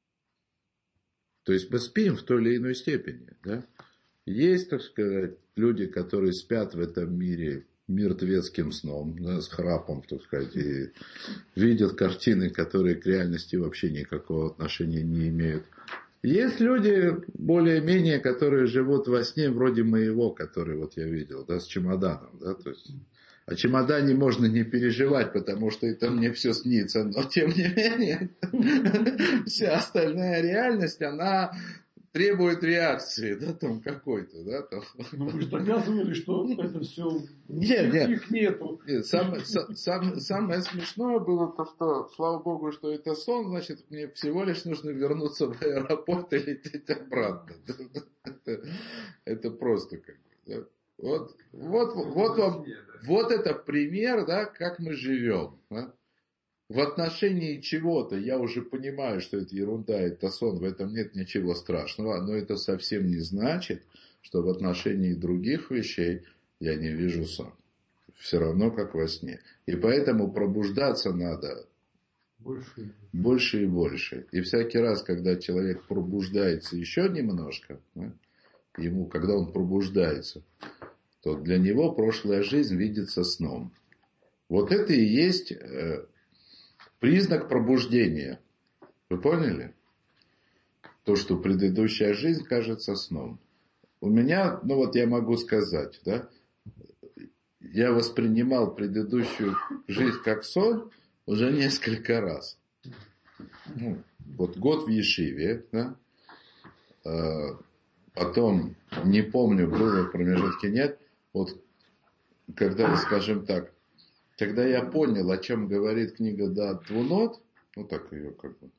то есть мы спим в той или иной степени, да? Есть, так сказать, люди, которые спят в этом мире мертвецким сном, да, с храпом, так сказать, и видят картины, которые к реальности вообще никакого отношения не имеют. Есть люди, более-менее, которые живут во сне, вроде моего, который вот я видел, да, с чемоданом, да, то есть... О чемодане можно не переживать, потому что это мне все снится, но тем не менее, вся остальная реальность, она требует реакции, да, там какой-то, да, там. Ну вы же доказывали, что это все, нет, нет, их нету. Нет, самое, сам, самое смешное было то, что, слава богу, что это сон, значит, мне всего лишь нужно вернуться в аэропорт и лететь обратно. Это, это просто как бы, да. Вот, вот, вот вам, вот это пример, да, как мы живем. Да? В отношении чего-то я уже понимаю, что это ерунда, это сон, в этом нет ничего страшного, но это совсем не значит, что в отношении других вещей я не вижу сон. Все равно, как во сне. И поэтому пробуждаться надо больше, больше и больше. И всякий раз, когда человек пробуждается еще немножко, да, ему, когда он пробуждается, то для него прошлая жизнь видится сном. Вот это и есть э, признак пробуждения. Вы поняли? То, что предыдущая жизнь кажется сном. У меня, ну вот я могу сказать, да, я воспринимал предыдущую жизнь как сон уже несколько раз. Ну, вот год в Ешиве, да, э, потом, не помню, было в промежутке, нет. Вот, когда, скажем так, когда я понял, о чем говорит книга Даат Твунот, ну так ее как бы,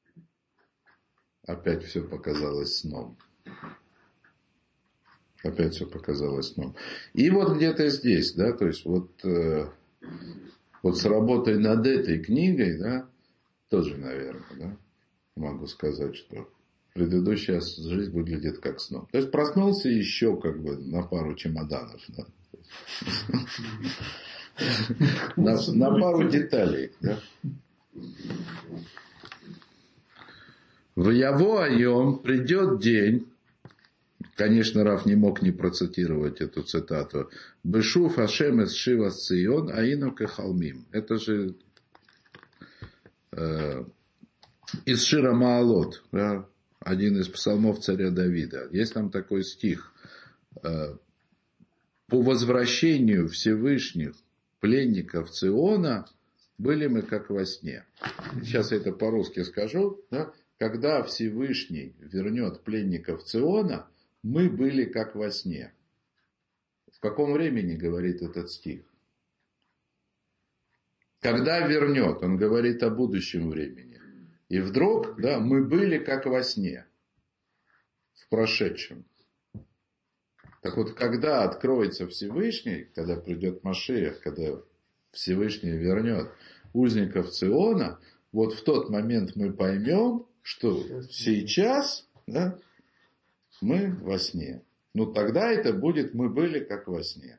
опять все показалось сном. Опять все показалось сном. И вот где-то здесь, да, то есть вот, э, вот с работой над этой книгой, да, тоже, наверное, да, могу сказать, что предыдущая жизнь выглядит как сном. То есть проснулся еще как бы на пару чемоданов. Да? на, на пару деталей. Да? В Яво Айом придет день. Конечно, Рав не мог не процитировать эту цитату. Бешуф Ашем эс Шивас Цион Аину Кехалмим. Это же э, из Шира Маалот. Да? Один из псалмов царя Давида. Есть там такой стих. По возвращению Всевышних пленников Циона были мы как во сне. Сейчас я это по-русски скажу. Да? Когда Всевышний вернет пленников Циона, мы были как во сне. В каком времени говорит этот стих? Когда вернет, он говорит о будущем времени. И вдруг, да, мы были как во сне, в прошедшем. Так вот, когда откроется Всевышний, когда придет Машиах, когда Всевышний вернет узников Циона, вот в тот момент мы поймем, что сейчас, да, мы во сне. Ну, тогда это будет, мы были как во сне.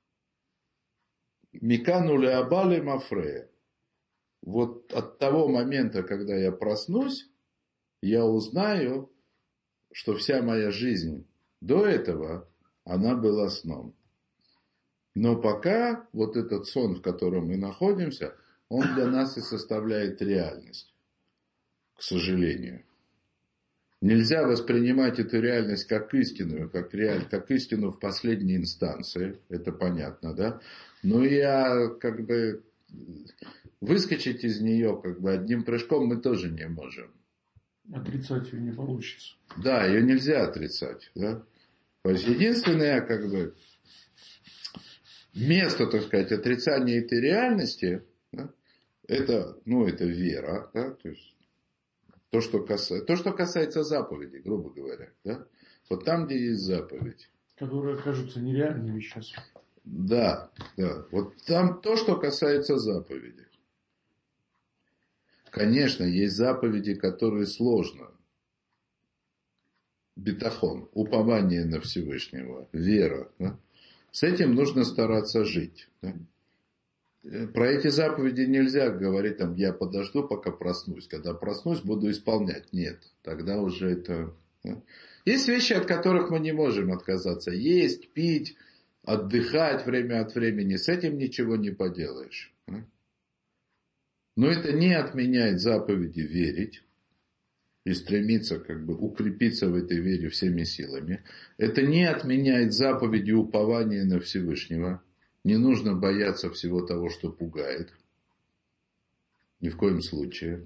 Микану леабали мафрея. Вот от того момента, когда я проснусь, я узнаю, что вся моя жизнь до этого, она была сном. Но пока вот этот сон, в котором мы находимся, он для нас и составляет реальность. К сожалению. Нельзя воспринимать эту реальность как истинную, как, реаль, как истину в последней инстанции. Это понятно, да? Но я как бы... Выскочить из нее как бы одним прыжком мы тоже не можем. Отрицать ее не получится. Да, ее нельзя отрицать. Да? То есть единственное как бы место, так сказать, отрицания этой реальности, да, это, ну, это вера, да, то есть то, что касается, то, что касается заповедей, грубо говоря, да, вот там, где есть заповедь. Которые кажутся нереальными сейчас. Да, да, вот там то, что касается заповедей. Конечно, есть заповеди, которые сложно. Битахон, упование на Всевышнего, вера. Да? С этим нужно стараться жить. Да? Про эти заповеди нельзя говорить, там, я подожду, пока проснусь. Когда проснусь, буду исполнять. Нет, тогда уже это... Да? Есть вещи, от которых мы не можем отказаться. Есть, пить, отдыхать время от времени. С этим ничего не поделаешь. Да? Но это не отменяет заповеди верить. И стремиться как бы укрепиться в этой вере всеми силами. Это не отменяет заповеди упования на Всевышнего. Не нужно бояться всего того, что пугает. Ни в коем случае.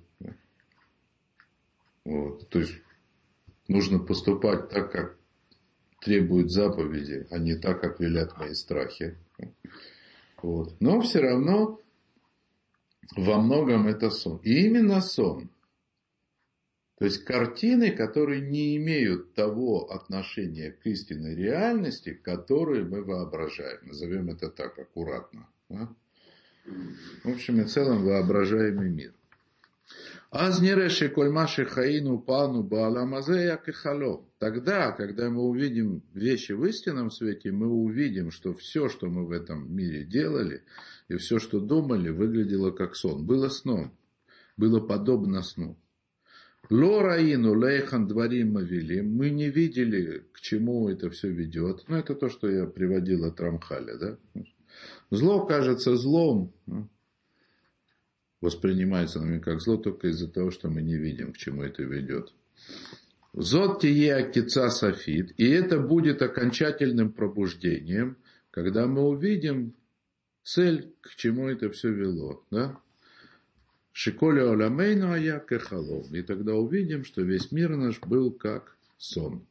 Вот. То есть нужно поступать так, как требуют заповеди, а не так, как велят мои страхи. Вот. Но все равно во многом это сон. И именно сон. То есть картины, которые не имеют того отношения к истинной реальности, которые мы воображаем. Назовем это так, аккуратно. Да? В общем и целом воображаемый мир. Азниреши кольмаши хаину пану бааламазея кехалом. Тогда, когда мы увидим вещи в истинном свете, мы увидим, что все, что мы в этом мире делали, и все, что думали, выглядело как сон. Было сном. Было подобно сну. Лораину лейхан дворим мавилим. Мы не видели, к чему это все ведет. Ну, это то, что я приводил от Рамхаля. Да? Зло кажется злом. Воспринимается нами как зло только из-за того, что мы не видим, к чему это ведет. Зот тие акица софит. И это будет окончательным пробуждением, когда мы увидим цель, к чему это все вело. Да? Шиколя оламейну ая кехалом. И тогда увидим, что весь мир наш был как сон.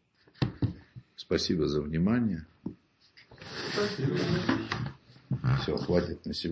Спасибо за внимание. Спасибо. Все, хватит на сегодня.